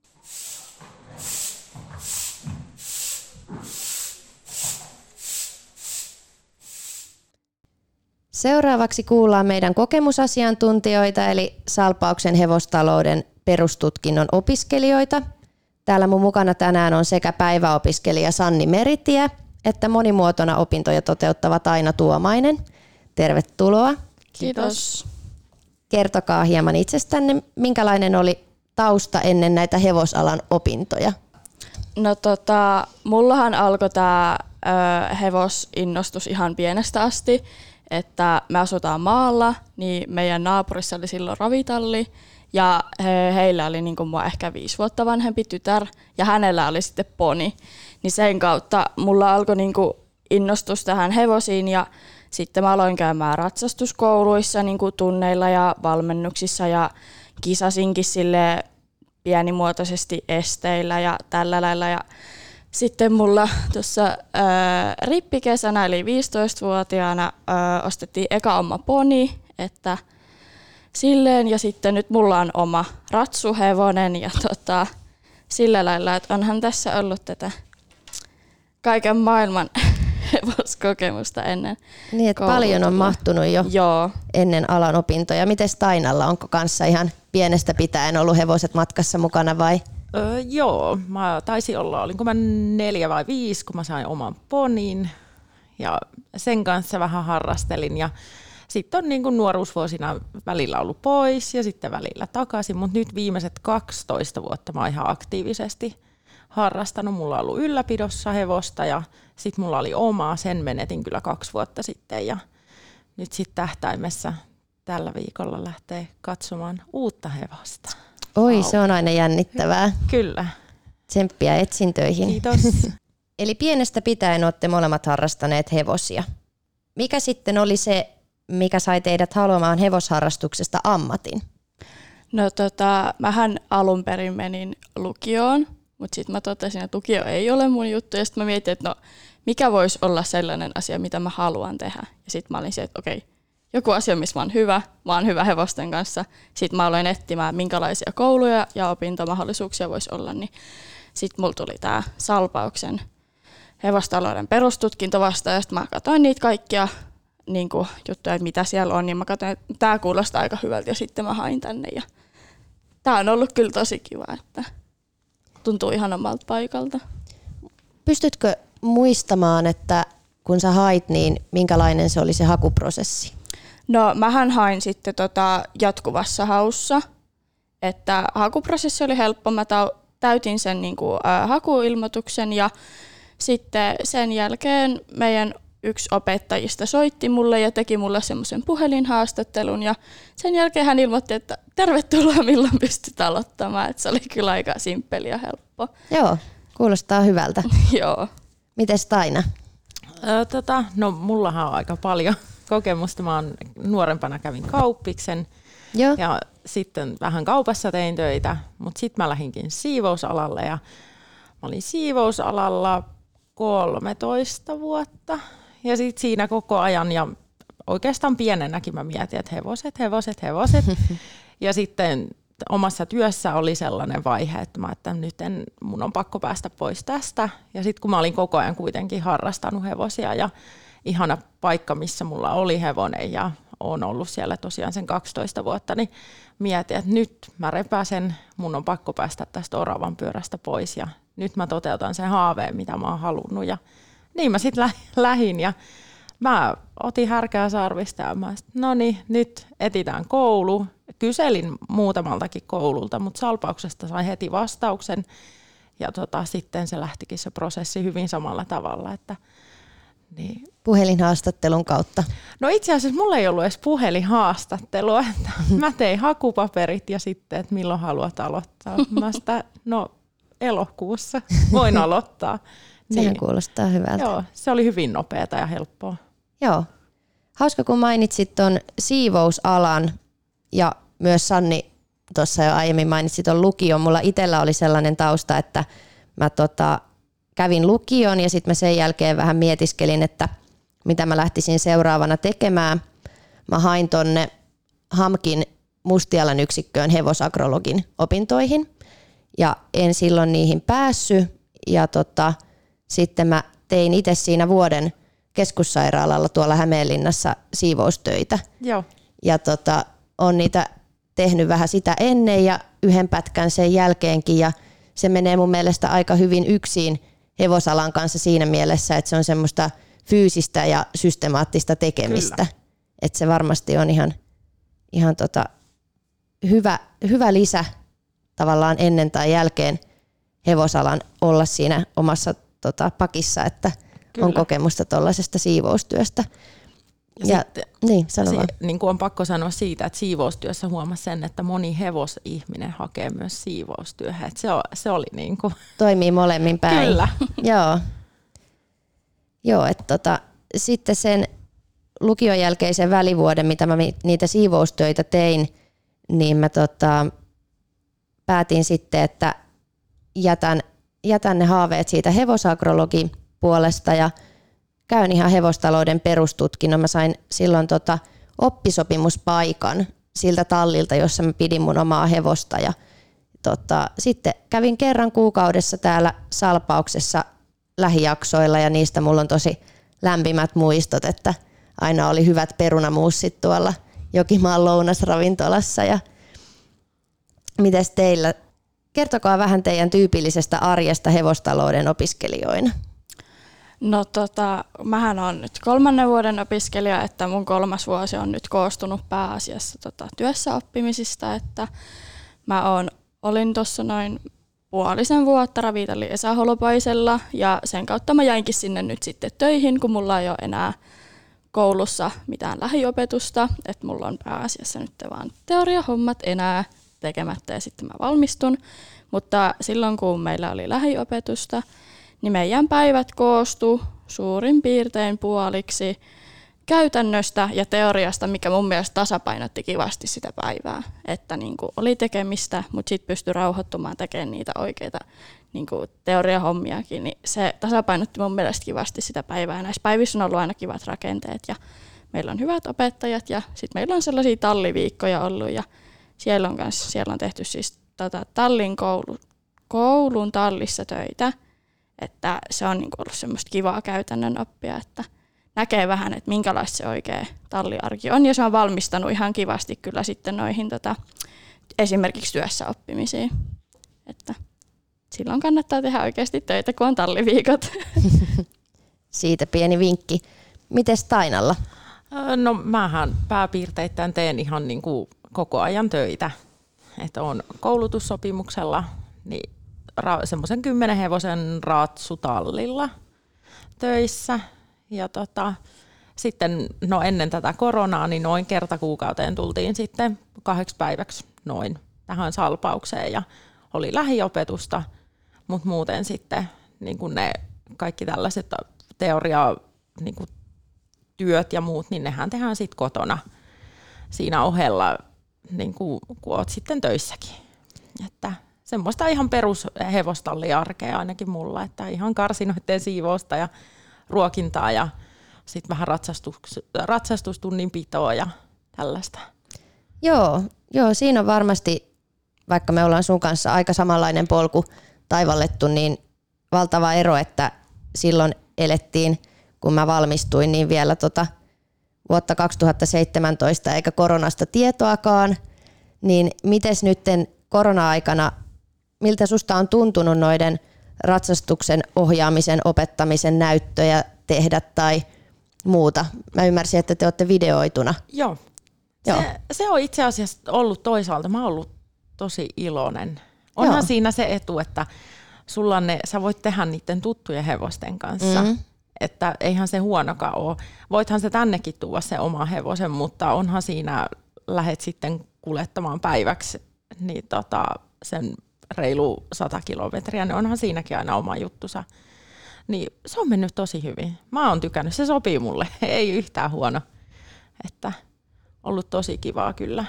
Seuraavaksi kuullaan meidän kokemusasiantuntijoita, eli Salpauksen hevostalouden perustutkinnon opiskelijoita. Täällä mun mukana tänään on sekä päiväopiskelija Sanni Meritie, että monimuotona opintoja toteuttava Taina Tuomainen. Tervetuloa. Kiitos. Kertokaa hieman itsestänne, minkälainen oli tausta ennen näitä hevosalan opintoja? No tota, mullahan alkoi tämä hevosinnostus ihan pienestä asti, että me asutaan maalla, niin meidän naapurissa oli silloin ravitalli ja he, heillä oli niin kuin mua ehkä viisi vuotta vanhempi tytär ja hänellä oli sitten poni. Niin sen kautta mulla alkoi niin kuin innostus tähän hevosiin ja sitten mä aloin käymään ratsastuskouluissa niin kuin tunneilla ja valmennuksissa ja kisasinkin sille pienimuotoisesti esteillä ja tällä lailla. Ja sitten mulla tuossa rippikesänä eli viisitoistavuotiaana ää, ostettiin eka oma poni, että silleen, ja sitten nyt mulla on oma ratsuhevonen ja tota, sillä lailla, että onhan tässä ollut tätä kaiken maailman hevoskokemusta ennen. Niin, että paljon on mahtunut jo Joo. ennen alan opintoja. Mites Tainalla, onko kanssa ihan pienestä pitäen ollut hevoset matkassa mukana vai? Öö, joo, mä taisin olla, olinko mä neljä vai viisi, kun mä sain oman ponin ja sen kanssa vähän harrastelin ja sitten on niin kuin nuoruusvuosina välillä ollut pois ja sitten välillä takaisin, mutta nyt viimeiset kaksitoista vuotta mä oon ihan aktiivisesti harrastanut. Mulla on ollut ylläpidossa hevosta ja sitten mulla oli omaa, sen menetin kyllä kaksi vuotta sitten ja nyt sitten tähtäimessä tällä viikolla lähtee katsomaan uutta hevosta. Oi, Au. se on aina jännittävää. Kyllä. Tsemppiä etsintöihin. Kiitos. Eli pienestä pitäen olette molemmat harrastaneet hevosia. Mikä sitten oli se, mikä sai teidät haluamaan hevosharrastuksesta ammatin? No tota, mähän alun perin menin lukioon, mutta sitten mä totesin, että lukio ei ole mun juttu. Ja sitten mä mietin, että no, mikä voisi olla sellainen asia, mitä mä haluan tehdä. Ja sitten mä olin se, että okei, joku asia, missä mä oon hyvä, mä oon hyvä hevosten kanssa. Sitten mä aloin etsimään, minkälaisia kouluja ja opintomahdollisuuksia voisi olla. Niin sitten mulla tuli tää Salpauksen hevostalouden perustutkinto vastaan. Ja sitten mä katsoin niitä kaikkia niin kuin juttuja, että mitä siellä on. Niin mä katsoin, että tää kuulostaa aika hyvältä ja sitten mä hain tänne. Ja tää on ollut kyllä tosi kiva, että tuntuu ihan omalta paikalta. Pystytkö muistamaan, että kun sä hait, niin minkälainen se oli se hakuprosessi? No mähän hain sitten tota jatkuvassa haussa, että hakuprosessi oli helppo. Mä täytin sen niin kuin, ä, hakuilmoituksen ja sitten sen jälkeen meidän yksi opettajista soitti mulle ja teki mulle semmoisen puhelinhaastattelun ja sen jälkeen hän ilmoitti, että tervetuloa, milloin pystyt aloittamaan. Että se oli kyllä aika simppeli ja helppo. Joo, kuulostaa hyvältä. Joo. Mites Taina? Öö, tota, no mullahan on aika paljon kokemusta. Mä oon nuorempana kävin kauppiksen Joo. ja sitten vähän kaupassa tein töitä, mutta sitten mä lähdinkin siivousalalle ja mä olin siivousalalla kolmetoista vuotta ja sitten siinä koko ajan ja oikeastaan pienenäkin mä mietin, että hevoset, hevoset, hevoset ja sitten omassa työssä oli sellainen vaihe, että mä että nyt en, mun on pakko päästä pois tästä ja sitten kun mä olin koko ajan kuitenkin harrastanut hevosia ja ihana paikka, missä mulla oli hevonen ja on ollut siellä tosiaan sen kaksitoista vuotta, niin mietin, että nyt mä repäsen, mun on pakko päästä tästä oravan pyörästä pois ja nyt mä toteutan sen haaveen, mitä mä oon halunnut ja niin mä sitten lä- lähin ja mä otin härkää sarvista ja mä no niin, nyt etitään koulu. Kyselin muutamaltakin koululta, mutta Salpauksesta sain heti vastauksen ja tota, sitten se lähtikin se prosessi hyvin samalla tavalla, että niin. Puhelinhaastattelun kautta. No itse asiassa mulla ei ollut edes puhelinhaastattelua, että mä tein hakupaperit ja sitten, että milloin haluat aloittaa. Mä sitä, no elokuussa voin aloittaa. Sehän niin. kuulostaa hyvältä. Joo, se oli hyvin nopeata ja helppoa. Joo. Hauska, kun mainitsit tuon siivousalan ja myös Sanni tuossa jo aiemmin mainitsit tuon lukion. Mulla itsellä oli sellainen tausta, että mä tota, kävin lukion ja sitten mä sen jälkeen vähän mietiskelin, että mitä mä lähtisin seuraavana tekemään. Mä hain tonne HAMKin Mustialan yksikköön hevosagrologin opintoihin ja en silloin niihin päässyt ja tota, sitten mä tein itse siinä vuoden keskussairaalalla tuolla Hämeenlinnassa siivoustöitä. Joo. Ja tota, on niitä tehnyt vähän sitä ennen ja yhden pätkän sen jälkeenkin ja se menee mun mielestä aika hyvin yksin hevosalan kanssa siinä mielessä, että se on semmoista fyysistä ja systemaattista tekemistä. Että se varmasti on ihan, ihan tota hyvä, hyvä lisä tavallaan ennen tai jälkeen hevosalan olla siinä omassa tota, pakissa, että Kyllä. on kokemusta tuollaisesta siivoustyöstä. Ja, ja sitten, niin, sano vaan. niin kuin on pakko sanoa siitä, että siivoustyössä huomasi sen, että moni hevosihminen hakee myös siivoustyöhön. Että se, on, se oli niin kuin... Toimii molemmin päin. Kyllä. Joo. Joo, että tota, sitten sen lukion jälkeisen välivuoden, mitä mä niitä siivoustöitä tein, niin mä tota, päätin sitten, että jätän, jätän ne haaveet siitä hevosagrologin puolesta ja käyn ihan hevostalouden perustutkinnon. Mä sain silloin tota oppisopimuspaikan siltä tallilta, jossa mä pidin mun omaa hevosta. Ja tota, sitten kävin kerran kuukaudessa täällä Salpauksessa lähijaksoilla ja niistä mulla on tosi lämpimät muistot, että aina oli hyvät perunamuussit tuolla Jokimaan lounasravintolassa. Ja mites teillä? Kertokaa vähän teidän tyypillisestä arjesta hevostalouden opiskelijoina. No tota, mähän on nyt kolmannen vuoden opiskelija, että mun kolmas vuosi on nyt koostunut pääasiassa tota, työssäoppimisista, että mä oon, olin tuossa noin puolisen vuotta Ravitallin Esa Holopaisella ja sen kautta mä jäinkin sinne nyt sitten töihin, kun mulla ei ole enää koulussa mitään lähiopetusta, että mulla on pääasiassa nyt vaan teoriahommat enää tekemättä ja sitten mä valmistun, mutta silloin kun meillä oli lähiopetusta, niin meidän päivät koostu suurin piirtein puoliksi käytännöstä ja teoriasta, mikä mun mielestä tasapainotti kivasti sitä päivää. Että niin kuin oli tekemistä, mutta sitten pystyi rauhoittumaan tekemään niitä oikeita niin kuin teoriahommiakin. Niin se tasapainotti mun mielestä kivasti sitä päivää. Näissä päivissä on ollut aina kivat rakenteet ja meillä on hyvät opettajat ja sitten meillä on sellaisia talliviikkoja ollut ja siellä on, kans, siellä on tehty siis tota, tallin koulu, koulun tallissa töitä. Että se on niin kuin ollut semmoista kivaa käytännön oppia, että näkee vähän, että minkälaista se oikea talliarki on. Ja se on valmistanut ihan kivasti kyllä sitten noihin tota, esimerkiksi työssä oppimisiin. Että silloin kannattaa tehdä oikeasti töitä, kun on talliviikot. Siitä pieni vinkki. Mites Tainalla? No mähän pääpiirteittäin teen ihan niin kuin koko ajan töitä. Että on koulutussopimuksella, niin ra- semmoisen kymmenen hevosen raatsutallilla töissä. Ja tota, sitten no ennen tätä koronaa, niin noin kerta kuukauteen tultiin sitten kahdeksi päiväksi noin tähän Salpaukseen ja oli lähiopetusta, mutta muuten sitten niin kuin ne kaikki tällaiset teoria niin kuin työt ja muut, niin nehän tehdään sitten kotona siinä ohella, niin kuin, kun oot sitten töissäkin. Että semmoista ihan perus hevostalliarkea ainakin mulla, että ihan karsinoiden siivousta ja ruokintaa ja sitten vähän ratsastus, ratsastustunnin pitoa ja tällaista. Joo, joo, siinä on varmasti, vaikka me ollaan sun kanssa aika samanlainen polku taivallettu, niin valtava ero, että silloin elettiin, kun mä valmistuin, niin vielä tota vuotta kaksituhattaseitsemäntoista eikä koronasta tietoakaan, niin mites nytten korona-aikana, miltä susta on tuntunut noiden ratsastuksen ohjaamisen, opettamisen näyttöjä tehdä tai muuta? Mä ymmärsin, että te olette videoituna. Joo. Joo. Se, se on itse asiassa ollut toisaalta. Mä oon ollut tosi iloinen. Onhan Joo. siinä se etu, että sulla ne, sä voit tehdä niiden tuttujen hevosten kanssa. Mm-hmm. Että eihän se huonokaan ole. Voithan se tännekin tuoda se oma hevosen, mutta onhan siinä, lähet sitten kuljettamaan päiväksi niin tota, sen reilu sata kilometriä, niin onhan siinäkin aina oma juttusa. Niin se on mennyt tosi hyvin. Mä oon tykännyt, se sopii mulle, ei yhtään huono. Että ollut tosi kivaa kyllä.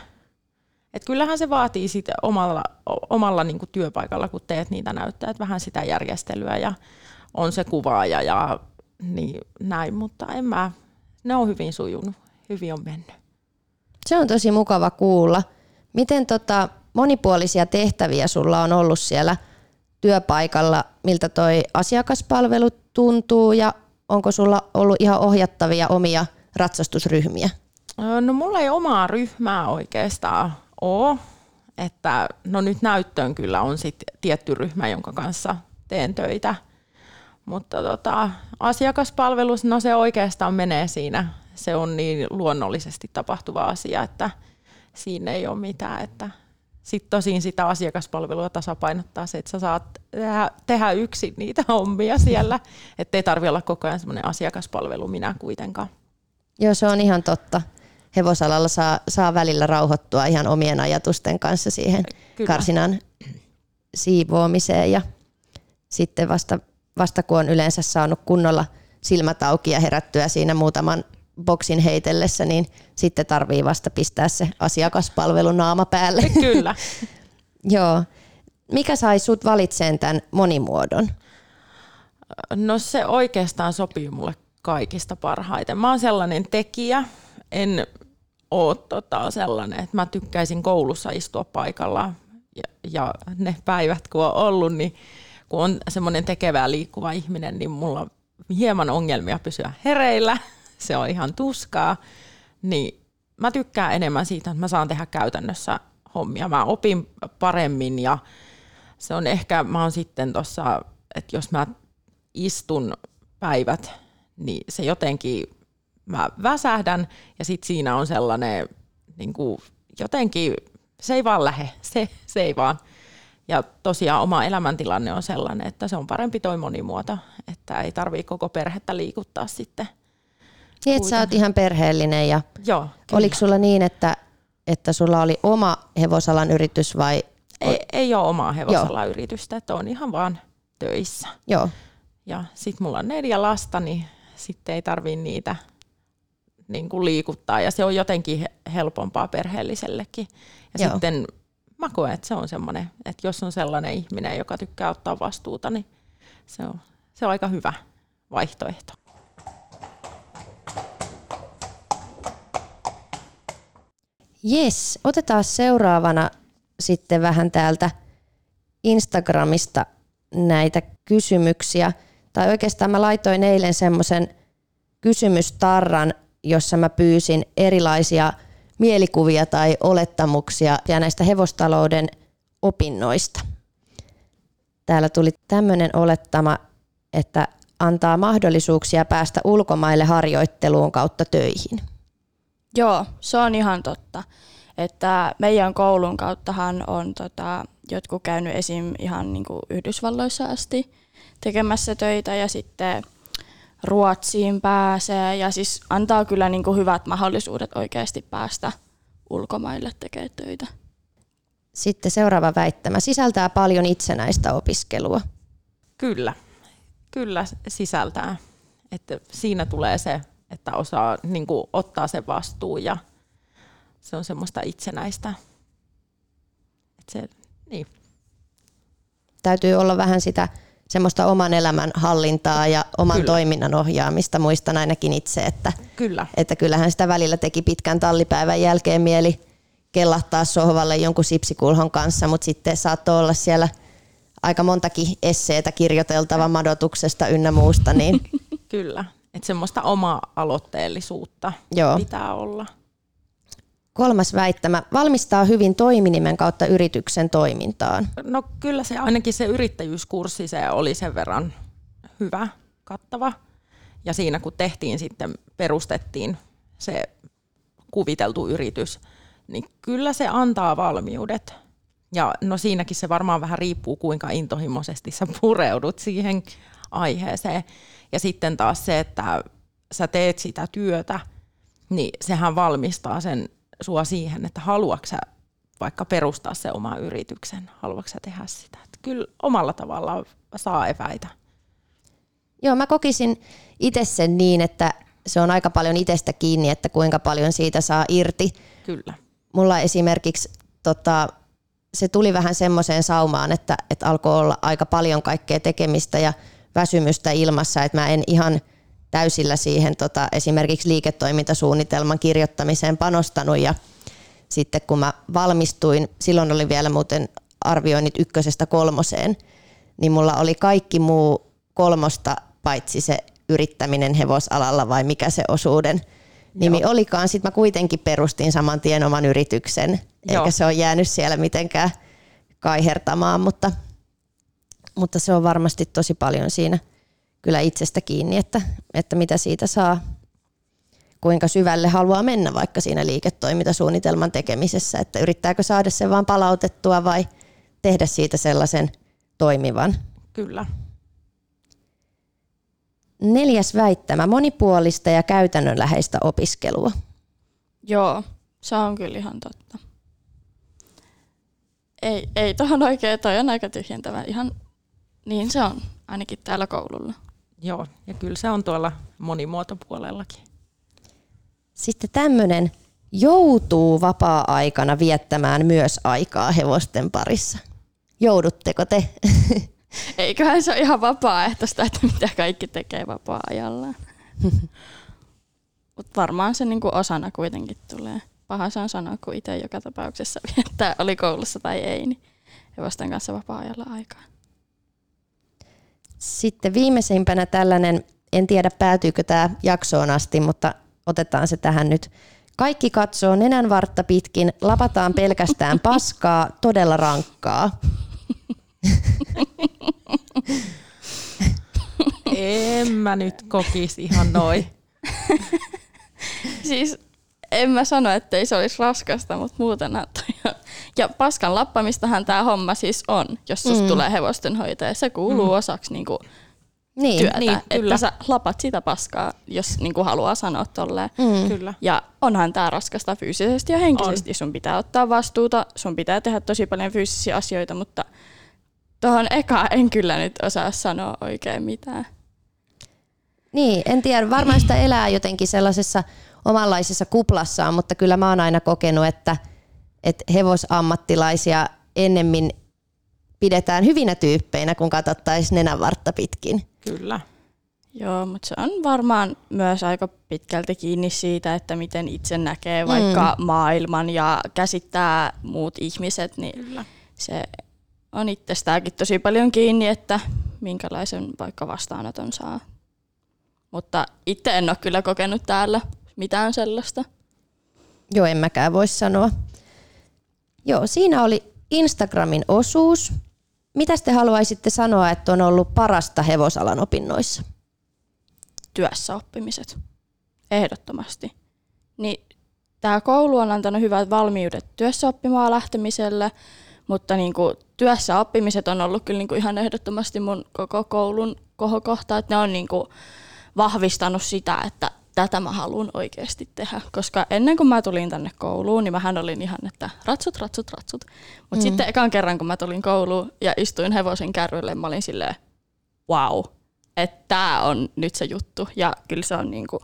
Et kyllähän se vaatii sit omalla, omalla niinku työpaikalla, kun teet niitä näyttöjä, vähän sitä järjestelyä ja on se kuvaaja ja niin, näin, mutta en mä, ne on hyvin sujunut, hyvin on mennyt. Se on tosi mukava kuulla. Miten tota, monipuolisia tehtäviä sulla on ollut siellä työpaikalla, miltä toi asiakaspalvelu tuntuu ja onko sulla ollut ihan ohjattavia omia ratsastusryhmiä? No mulla ei omaa ryhmää oikeastaan ole, että no nyt näyttöön kyllä on sit tietty ryhmä, jonka kanssa teen töitä, mutta tota, asiakaspalvelus, no se oikeastaan menee siinä, se on niin luonnollisesti tapahtuva asia, että siinä ei ole mitään, että sitten tosin sitä asiakaspalvelua tasapainottaa se, että sä saat tehdä, tehdä yksin niitä hommia siellä, ettei tarvitse olla koko ajan semmoinen asiakaspalvelu minä kuitenkaan. Joo, se on ihan totta. Hevosalalla saa, saa välillä rauhoittua ihan omien ajatusten kanssa siihen Kyllä. karsinan siivoamiseen ja sitten vasta, vasta kun on yleensä saanut kunnolla silmät auki ja herättyä siinä muutaman boksin heitellessä, niin sitten tarvii vasta pistää se asiakaspalvelun naama päälle. Kyllä. Joo. Mikä sai sut valitseen tämän monimuodon? No se oikeastaan sopii mulle kaikista parhaiten. Mä oon sellainen tekijä, en ole tota sellainen, että mä tykkäisin koulussa istua paikallaan. Ja, ja ne päivät, kun on ollut, niin kun on semmoinen tekevä liikkuva ihminen, niin mulla on hieman ongelmia pysyä hereillä. Se on ihan tuskaa. Niin mä tykkään enemmän siitä, että mä saan tehdä käytännössä hommia. Mä opin paremmin ja se on ehkä, mä oon sitten tossa, että jos mä istun päivät, niin se jotenkin, mä väsähdän ja sitten siinä on sellainen, niin kuin jotenkin, se ei vaan lähe, se, se ei vaan. Ja tosiaan oma elämäntilanne on sellainen, että se on parempi toi monimuoto, että ei tarvitse koko perhettä liikuttaa sitten. Niin, että sä oot ihan perheellinen ja Joo, oliko sulla niin, että, että sulla oli oma hevosalan yritys vai? Ei, ei ole omaa hevosalan yritystä, että on ihan vaan töissä. Joo. Ja sitten mulla on neljä lasta, niin sitten ei tarvii niitä niin kuin liikuttaa ja se on jotenkin helpompaa perheellisellekin. Ja Joo. sitten mä koen, että se on semmoinen, että jos on sellainen ihminen, joka tykkää ottaa vastuuta, niin se on, se on aika hyvä vaihtoehto. Jes, otetaan seuraavana sitten vähän täältä Instagramista näitä kysymyksiä. Tai oikeastaan mä laitoin eilen semmoisen kysymystarran, jossa mä pyysin erilaisia mielikuvia tai olettamuksia ja näistä hevostalouden opinnoista. Täällä tuli tämmöinen olettama, että antaa mahdollisuuksia päästä ulkomaille harjoitteluun kautta töihin. Joo, se on ihan totta. Että meidän koulun kauttahan on tota, jotkut käynyt esim. Ihan niin kuin Yhdysvalloissa asti tekemässä töitä ja sitten Ruotsiin pääsee ja siis antaa kyllä niin kuin hyvät mahdollisuudet oikeasti päästä ulkomaille tekemään töitä. Sitten seuraava väittämä. Sisältää paljon itsenäistä opiskelua. Kyllä, kyllä sisältää. Että siinä tulee se, että osaa niin kuin, ottaa sen vastuun ja se on semmoista itsenäistä. Että se, niin. Täytyy olla vähän sitä semmoista oman elämän hallintaa ja oman Kyllä. toiminnan ohjaamista. Muistan ainakin itse, että, Kyllä. että kyllähän sitä välillä teki pitkän tallipäivän jälkeen mieli kellahtaa sohvalle jonkun sipsikulhon kanssa, mutta sitten saattoi olla siellä aika montakin esseetä kirjoiteltava madotuksesta ynnä muusta. Niin Kyllä, että semmoista omaa aloitteellisuutta Joo. pitää olla. Kolmas väittämä. Valmistaa hyvin toiminimen kautta yrityksen toimintaan. No kyllä se ainakin se yrittäjyyskurssi se oli sen verran hyvä, kattava. Ja siinä kun tehtiin sitten, perustettiin se kuviteltu yritys, niin kyllä se antaa valmiudet. Ja no siinäkin se varmaan vähän riippuu, kuinka intohimoisesti sä pureudut siihen aiheeseen. Ja sitten taas se, että sä teet sitä työtä, niin sehän valmistaa sen sua siihen, että haluatko sä vaikka perustaa se oma yrityksen, haluatko sä tehdä sitä. Että kyllä omalla tavallaan saa eväitä. Joo, mä kokisin itse sen niin, että se on aika paljon itsestä kiinni, että kuinka paljon siitä saa irti. Kyllä. Mulla esimerkiksi tota, se tuli vähän semmoiseen saumaan, että, että alkoi olla aika paljon kaikkea tekemistä ja väsymystä ilmassa, että mä en ihan täysillä siihen tota, esimerkiksi liiketoimintasuunnitelman kirjoittamiseen panostanut ja sitten kun mä valmistuin, silloin oli vielä muuten arvioinnit ykkösestä kolmoseen, niin mulla oli kaikki muu kolmosta paitsi se yrittäminen hevosalalla vai mikä se osuuden nimi Joo. olikaan. Sitten mä kuitenkin perustin saman tien oman yrityksen, Joo. eikä se ole jäänyt siellä mitenkään kaihertamaan, mutta, mutta se on varmasti tosi paljon siinä kyllä itsestä kiinni, että, että mitä siitä saa, kuinka syvälle haluaa mennä vaikka siinä liiketoimintasuunnitelman tekemisessä, että yrittääkö saada sen vaan palautettua vai tehdä siitä sellaisen toimivan. Kyllä. Neljäs väittämä, monipuolista ja käytännönläheistä opiskelua. Joo, se on kyllä ihan totta. Ei, ei tohon oikein, toi on aika tyhjentävä. Ihan niin se on, ainakin täällä koululla. Joo, ja kyllä se on tuolla monimuotopuolellakin. Sitten tämmöinen joutuu vapaa-aikana viettämään myös aikaa hevosten parissa. Joudutteko te? Eiköhän se ole ihan vapaaehtoista, että mitä kaikki tekee vapaa-ajallaan. Mutta varmaan se niinku osana kuitenkin tulee. Paha se on sanoa, kun itse joka tapauksessa viettää, oli koulussa tai ei, niin hevosten kanssa vapaa-ajalla aikaa. Sitten viimeisimpänä tällainen, en tiedä päätyykö tämä jaksoon asti, mutta otetaan se tähän nyt. Kaikki katsoo nenänvartta pitkin, lapataan pelkästään paskaa, todella rankkaa. En mä nyt kokisi ihan noin. Siis en mä sano, ettei se olisi raskasta, mutta muutenhan toi on. Ja paskan lappamistahan tämä homma siis on, jos susta mm. tulee hevostenhoitaja. Se kuuluu mm. osaksi niinku niin, työtä, niin, että kyllä. sä lapat sitä paskaa, jos niinku haluaa sanoa tolleen. Mm. Kyllä. Ja onhan tämä raskasta fyysisesti ja henkisesti. On. Sun pitää ottaa vastuuta, sun pitää tehdä tosi paljon fyysisiä asioita, mutta tuohon eka en kyllä nyt osaa sanoa oikein mitään. Niin, en tiedä. Varmaan sitä elää jotenkin sellaisessa omanlaisessa kuplassaan, mutta kyllä mä oon aina kokenut, että, että hevosammattilaisia ennemmin pidetään hyvinä tyyppeinä, kun katsottaisiin nenänvartta pitkin. Kyllä. Joo, mutta se on varmaan myös aika pitkälti kiinni siitä, että miten itse näkee vaikka mm. maailman ja käsittää muut ihmiset, niin Kyllä. se on itsestäänkin tosi paljon kiinni, että minkälaisen vaikka vastaanoton saa. Mutta itse en ole kyllä kokenut täällä mitään sellaista. Joo, en mäkään voi sanoa. Joo, siinä oli Instagramin osuus. Mitäs te haluaisitte sanoa, että on ollut parasta hevosalan opinnoissa? Työssä oppimiset. Ehdottomasti. Niin, tämä koulu on antanut hyvät valmiudet työssä oppimaan lähtemiselle, mutta niinku, työssä oppimiset on ollut kyllä niinku ihan ehdottomasti mun koko koulun kohokohta, että ne on niinku vahvistanut sitä, että tätä mä haluan oikeasti tehdä. Koska ennen kuin mä tulin tänne kouluun, niin mähän olin ihan, että ratsut, ratsut, ratsut. Mutta mm. sitten ekan kerran, kun mä tulin kouluun ja istuin hevosen kärrylle, mä olin silleen, wow, että tää on nyt se juttu. Ja kyllä se on, niinku,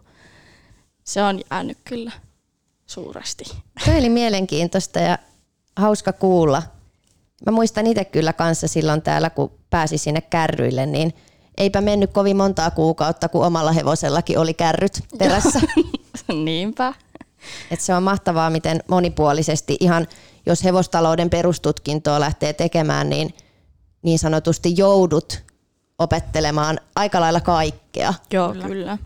se on jäänyt kyllä suuresti. Tämä oli mielenkiintoista ja hauska kuulla. Mä muistan itse kyllä kanssa silloin täällä, kun pääsi sinne kärryille, niin eipä mennyt kovin montaa kuukautta, kun omalla hevosellakin oli kärryt perässä. Niinpä. Et se on mahtavaa, miten monipuolisesti ihan, jos hevostalouden perustutkintoa lähtee tekemään, niin niin sanotusti joudut opettelemaan aika lailla kaikkea. Joo, kyllä. kyllä.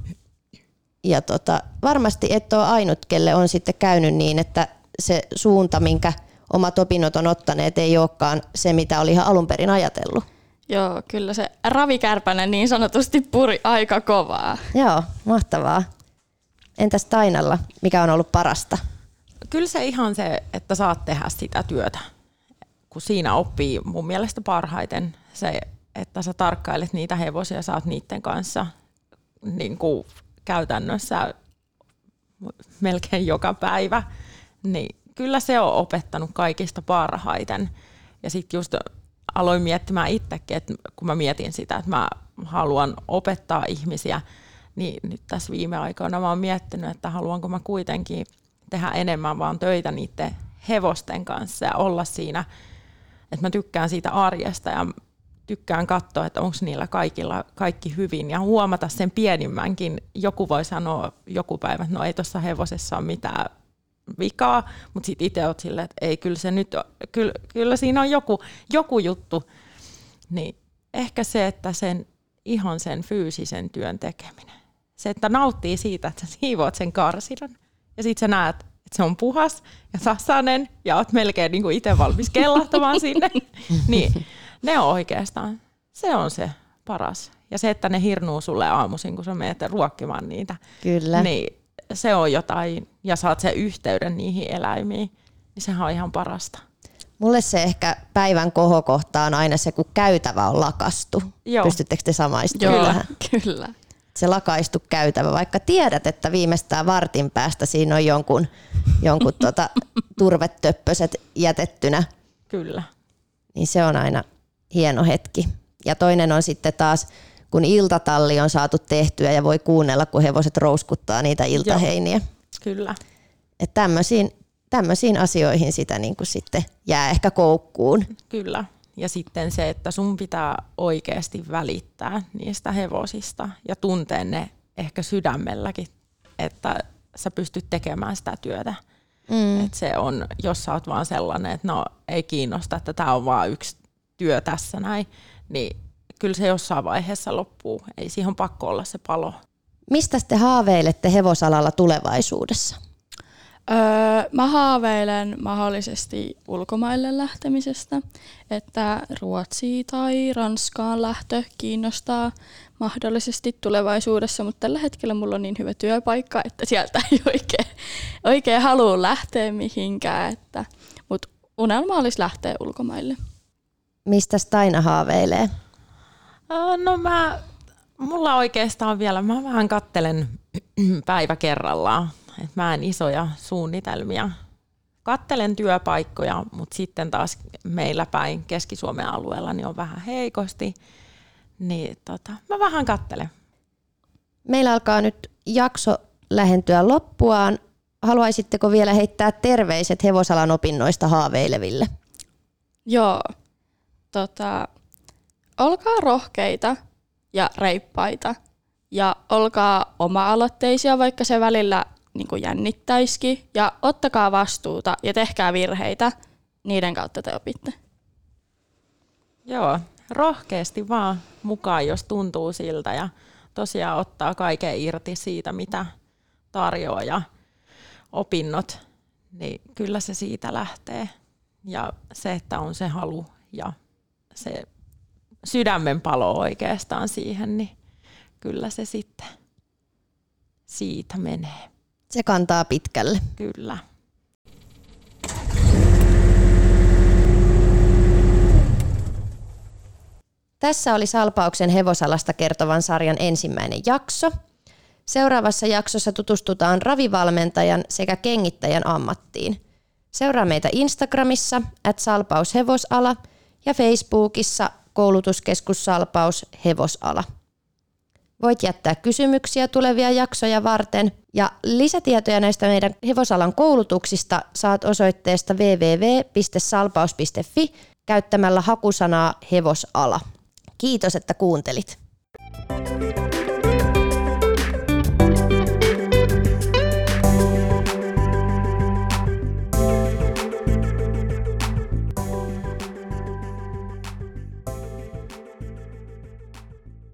Ja tota, varmasti et ole ainut, kelle on sitten käynyt niin, että se suunta, minkä omat opinnot on ottaneet, ei olekaan se, mitä oli ihan alun perin ajatellut. Joo, kyllä se ravikärpänen niin sanotusti puri aika kovaa. Joo, mahtavaa. Entäs Tainalla, mikä on ollut parasta? Kyllä se ihan se, että saat tehdä sitä työtä, kun siinä oppii mun mielestä parhaiten se, että sä tarkkailet niitä hevosia, sä oot niiden kanssa niin kuin käytännössä melkein joka päivä, niin kyllä se on opettanut kaikista parhaiten. Ja sitten just aloin miettimään itsekin, että kun mä mietin sitä, että mä haluan opettaa ihmisiä, niin nyt tässä viime aikoina mä oon miettinyt, että haluanko mä kuitenkin tehdä enemmän vaan töitä niiden hevosten kanssa ja olla siinä, että mä tykkään siitä arjesta ja tykkään katsoa, että onko niillä kaikilla kaikki hyvin ja huomata sen pienimmänkin. Joku voi sanoa joku päivä, että no ei tuossa hevosessa ole mitään vikaa, mutta sitten itse olet silleen, että ei, kyllä, se nyt on, kyllä, kyllä siinä on joku, joku juttu. Niin ehkä se, että sen, ihan sen fyysisen työn tekeminen. Se, että nauttii siitä, että sä siivoat sen karsilan ja sitten sä näet, että se on puhas ja tasainen ja oot melkein niin kuin itse valmis kellahtamaan sinne. Niin ne on oikeastaan, se on se paras. Ja se, että ne hirnuu sulle aamuisin, kun sä menet ruokkimaan niitä. Kyllä. Niin se on jotain, ja saat sen yhteyden niihin eläimiin, niin sehän on ihan parasta. Mulle se ehkä päivän kohokohta on aina se, kun käytävä on lakastu. Joo. Pystyttekö te samaistumaan tähän? Kyllä. Se lakaistu käytävä, vaikka tiedät, että viimeistään vartin päästä siinä on jonkun, jonkun tuota, turvetöppöset jätettynä. Kyllä. Niin se on aina hieno hetki. Ja toinen on sitten taas, kun iltatalli on saatu tehtyä ja voi kuunnella, kun hevoset rouskuttaa niitä iltaheiniä. Kyllä. Että tämmöisiin, tämmöisiin asioihin sitä niin kuin sitten jää ehkä koukkuun. Kyllä. Ja sitten se, että sun pitää oikeasti välittää niistä hevosista ja tuntea ne ehkä sydämelläkin, että sä pystyt tekemään sitä työtä. Mm. Että se on, jos sä oot vaan sellainen, että no ei kiinnosta, että tää on vaan yksi työ tässä näin, niin kyllä se jossain vaiheessa loppuu. Ei siihen pakko olla se palo. Mistä te haaveilette hevosalalla tulevaisuudessa? Öö, mä haaveilen mahdollisesti ulkomaille lähtemisestä, että Ruotsiin tai Ranskaan lähtö kiinnostaa mahdollisesti tulevaisuudessa, mutta tällä hetkellä mulla on niin hyvä työpaikka, että sieltä ei oikein, oikein halua lähteä mihinkään, että, mutta unelma olisi lähteä ulkomaille. Mistä Taina haaveilee? No mä, mulla oikeastaan vielä, mä vähän kattelen päivä kerrallaan. Et mä en isoja suunnitelmia. Kattelen työpaikkoja, mutta sitten taas meillä päin Keski-Suomen alueella niin on vähän heikosti. Niin tota, mä vähän kattelen. Meillä alkaa nyt jakso lähentyä loppuaan. Haluaisitteko vielä heittää terveiset hevosalan opinnoista haaveileville? Joo. Tota, olkaa rohkeita ja reippaita ja olkaa oma-aloitteisia, vaikka se välillä niin kuin jännittäisikin, ja ottakaa vastuuta ja tehkää virheitä, niiden kautta te opitte. Joo, rohkeasti vaan mukaan, jos tuntuu siltä, ja tosiaan ottaa kaiken irti siitä, mitä tarjoaa ja opinnot, niin kyllä se siitä lähtee. Ja se, että on se halu ja se sydämen palo oikeastaan siihen, niin kyllä se sitten siitä menee. Se kantaa pitkälle. Kyllä. Tässä oli Salpauksen hevosalasta kertovan sarjan ensimmäinen jakso. Seuraavassa jaksossa tutustutaan ravivalmentajan sekä kengittäjän ammattiin. Seuraa meitä Instagramissa at salpaushevosala ja Facebookissa koulutuskeskus Salpaus hevosala. Voit jättää kysymyksiä tulevia jaksoja varten ja lisätietoja näistä meidän hevosalan koulutuksista saat osoitteesta double-u double-u double-u piste salpaus piste fi käyttämällä hakusanaa hevosala. Kiitos, että kuuntelit.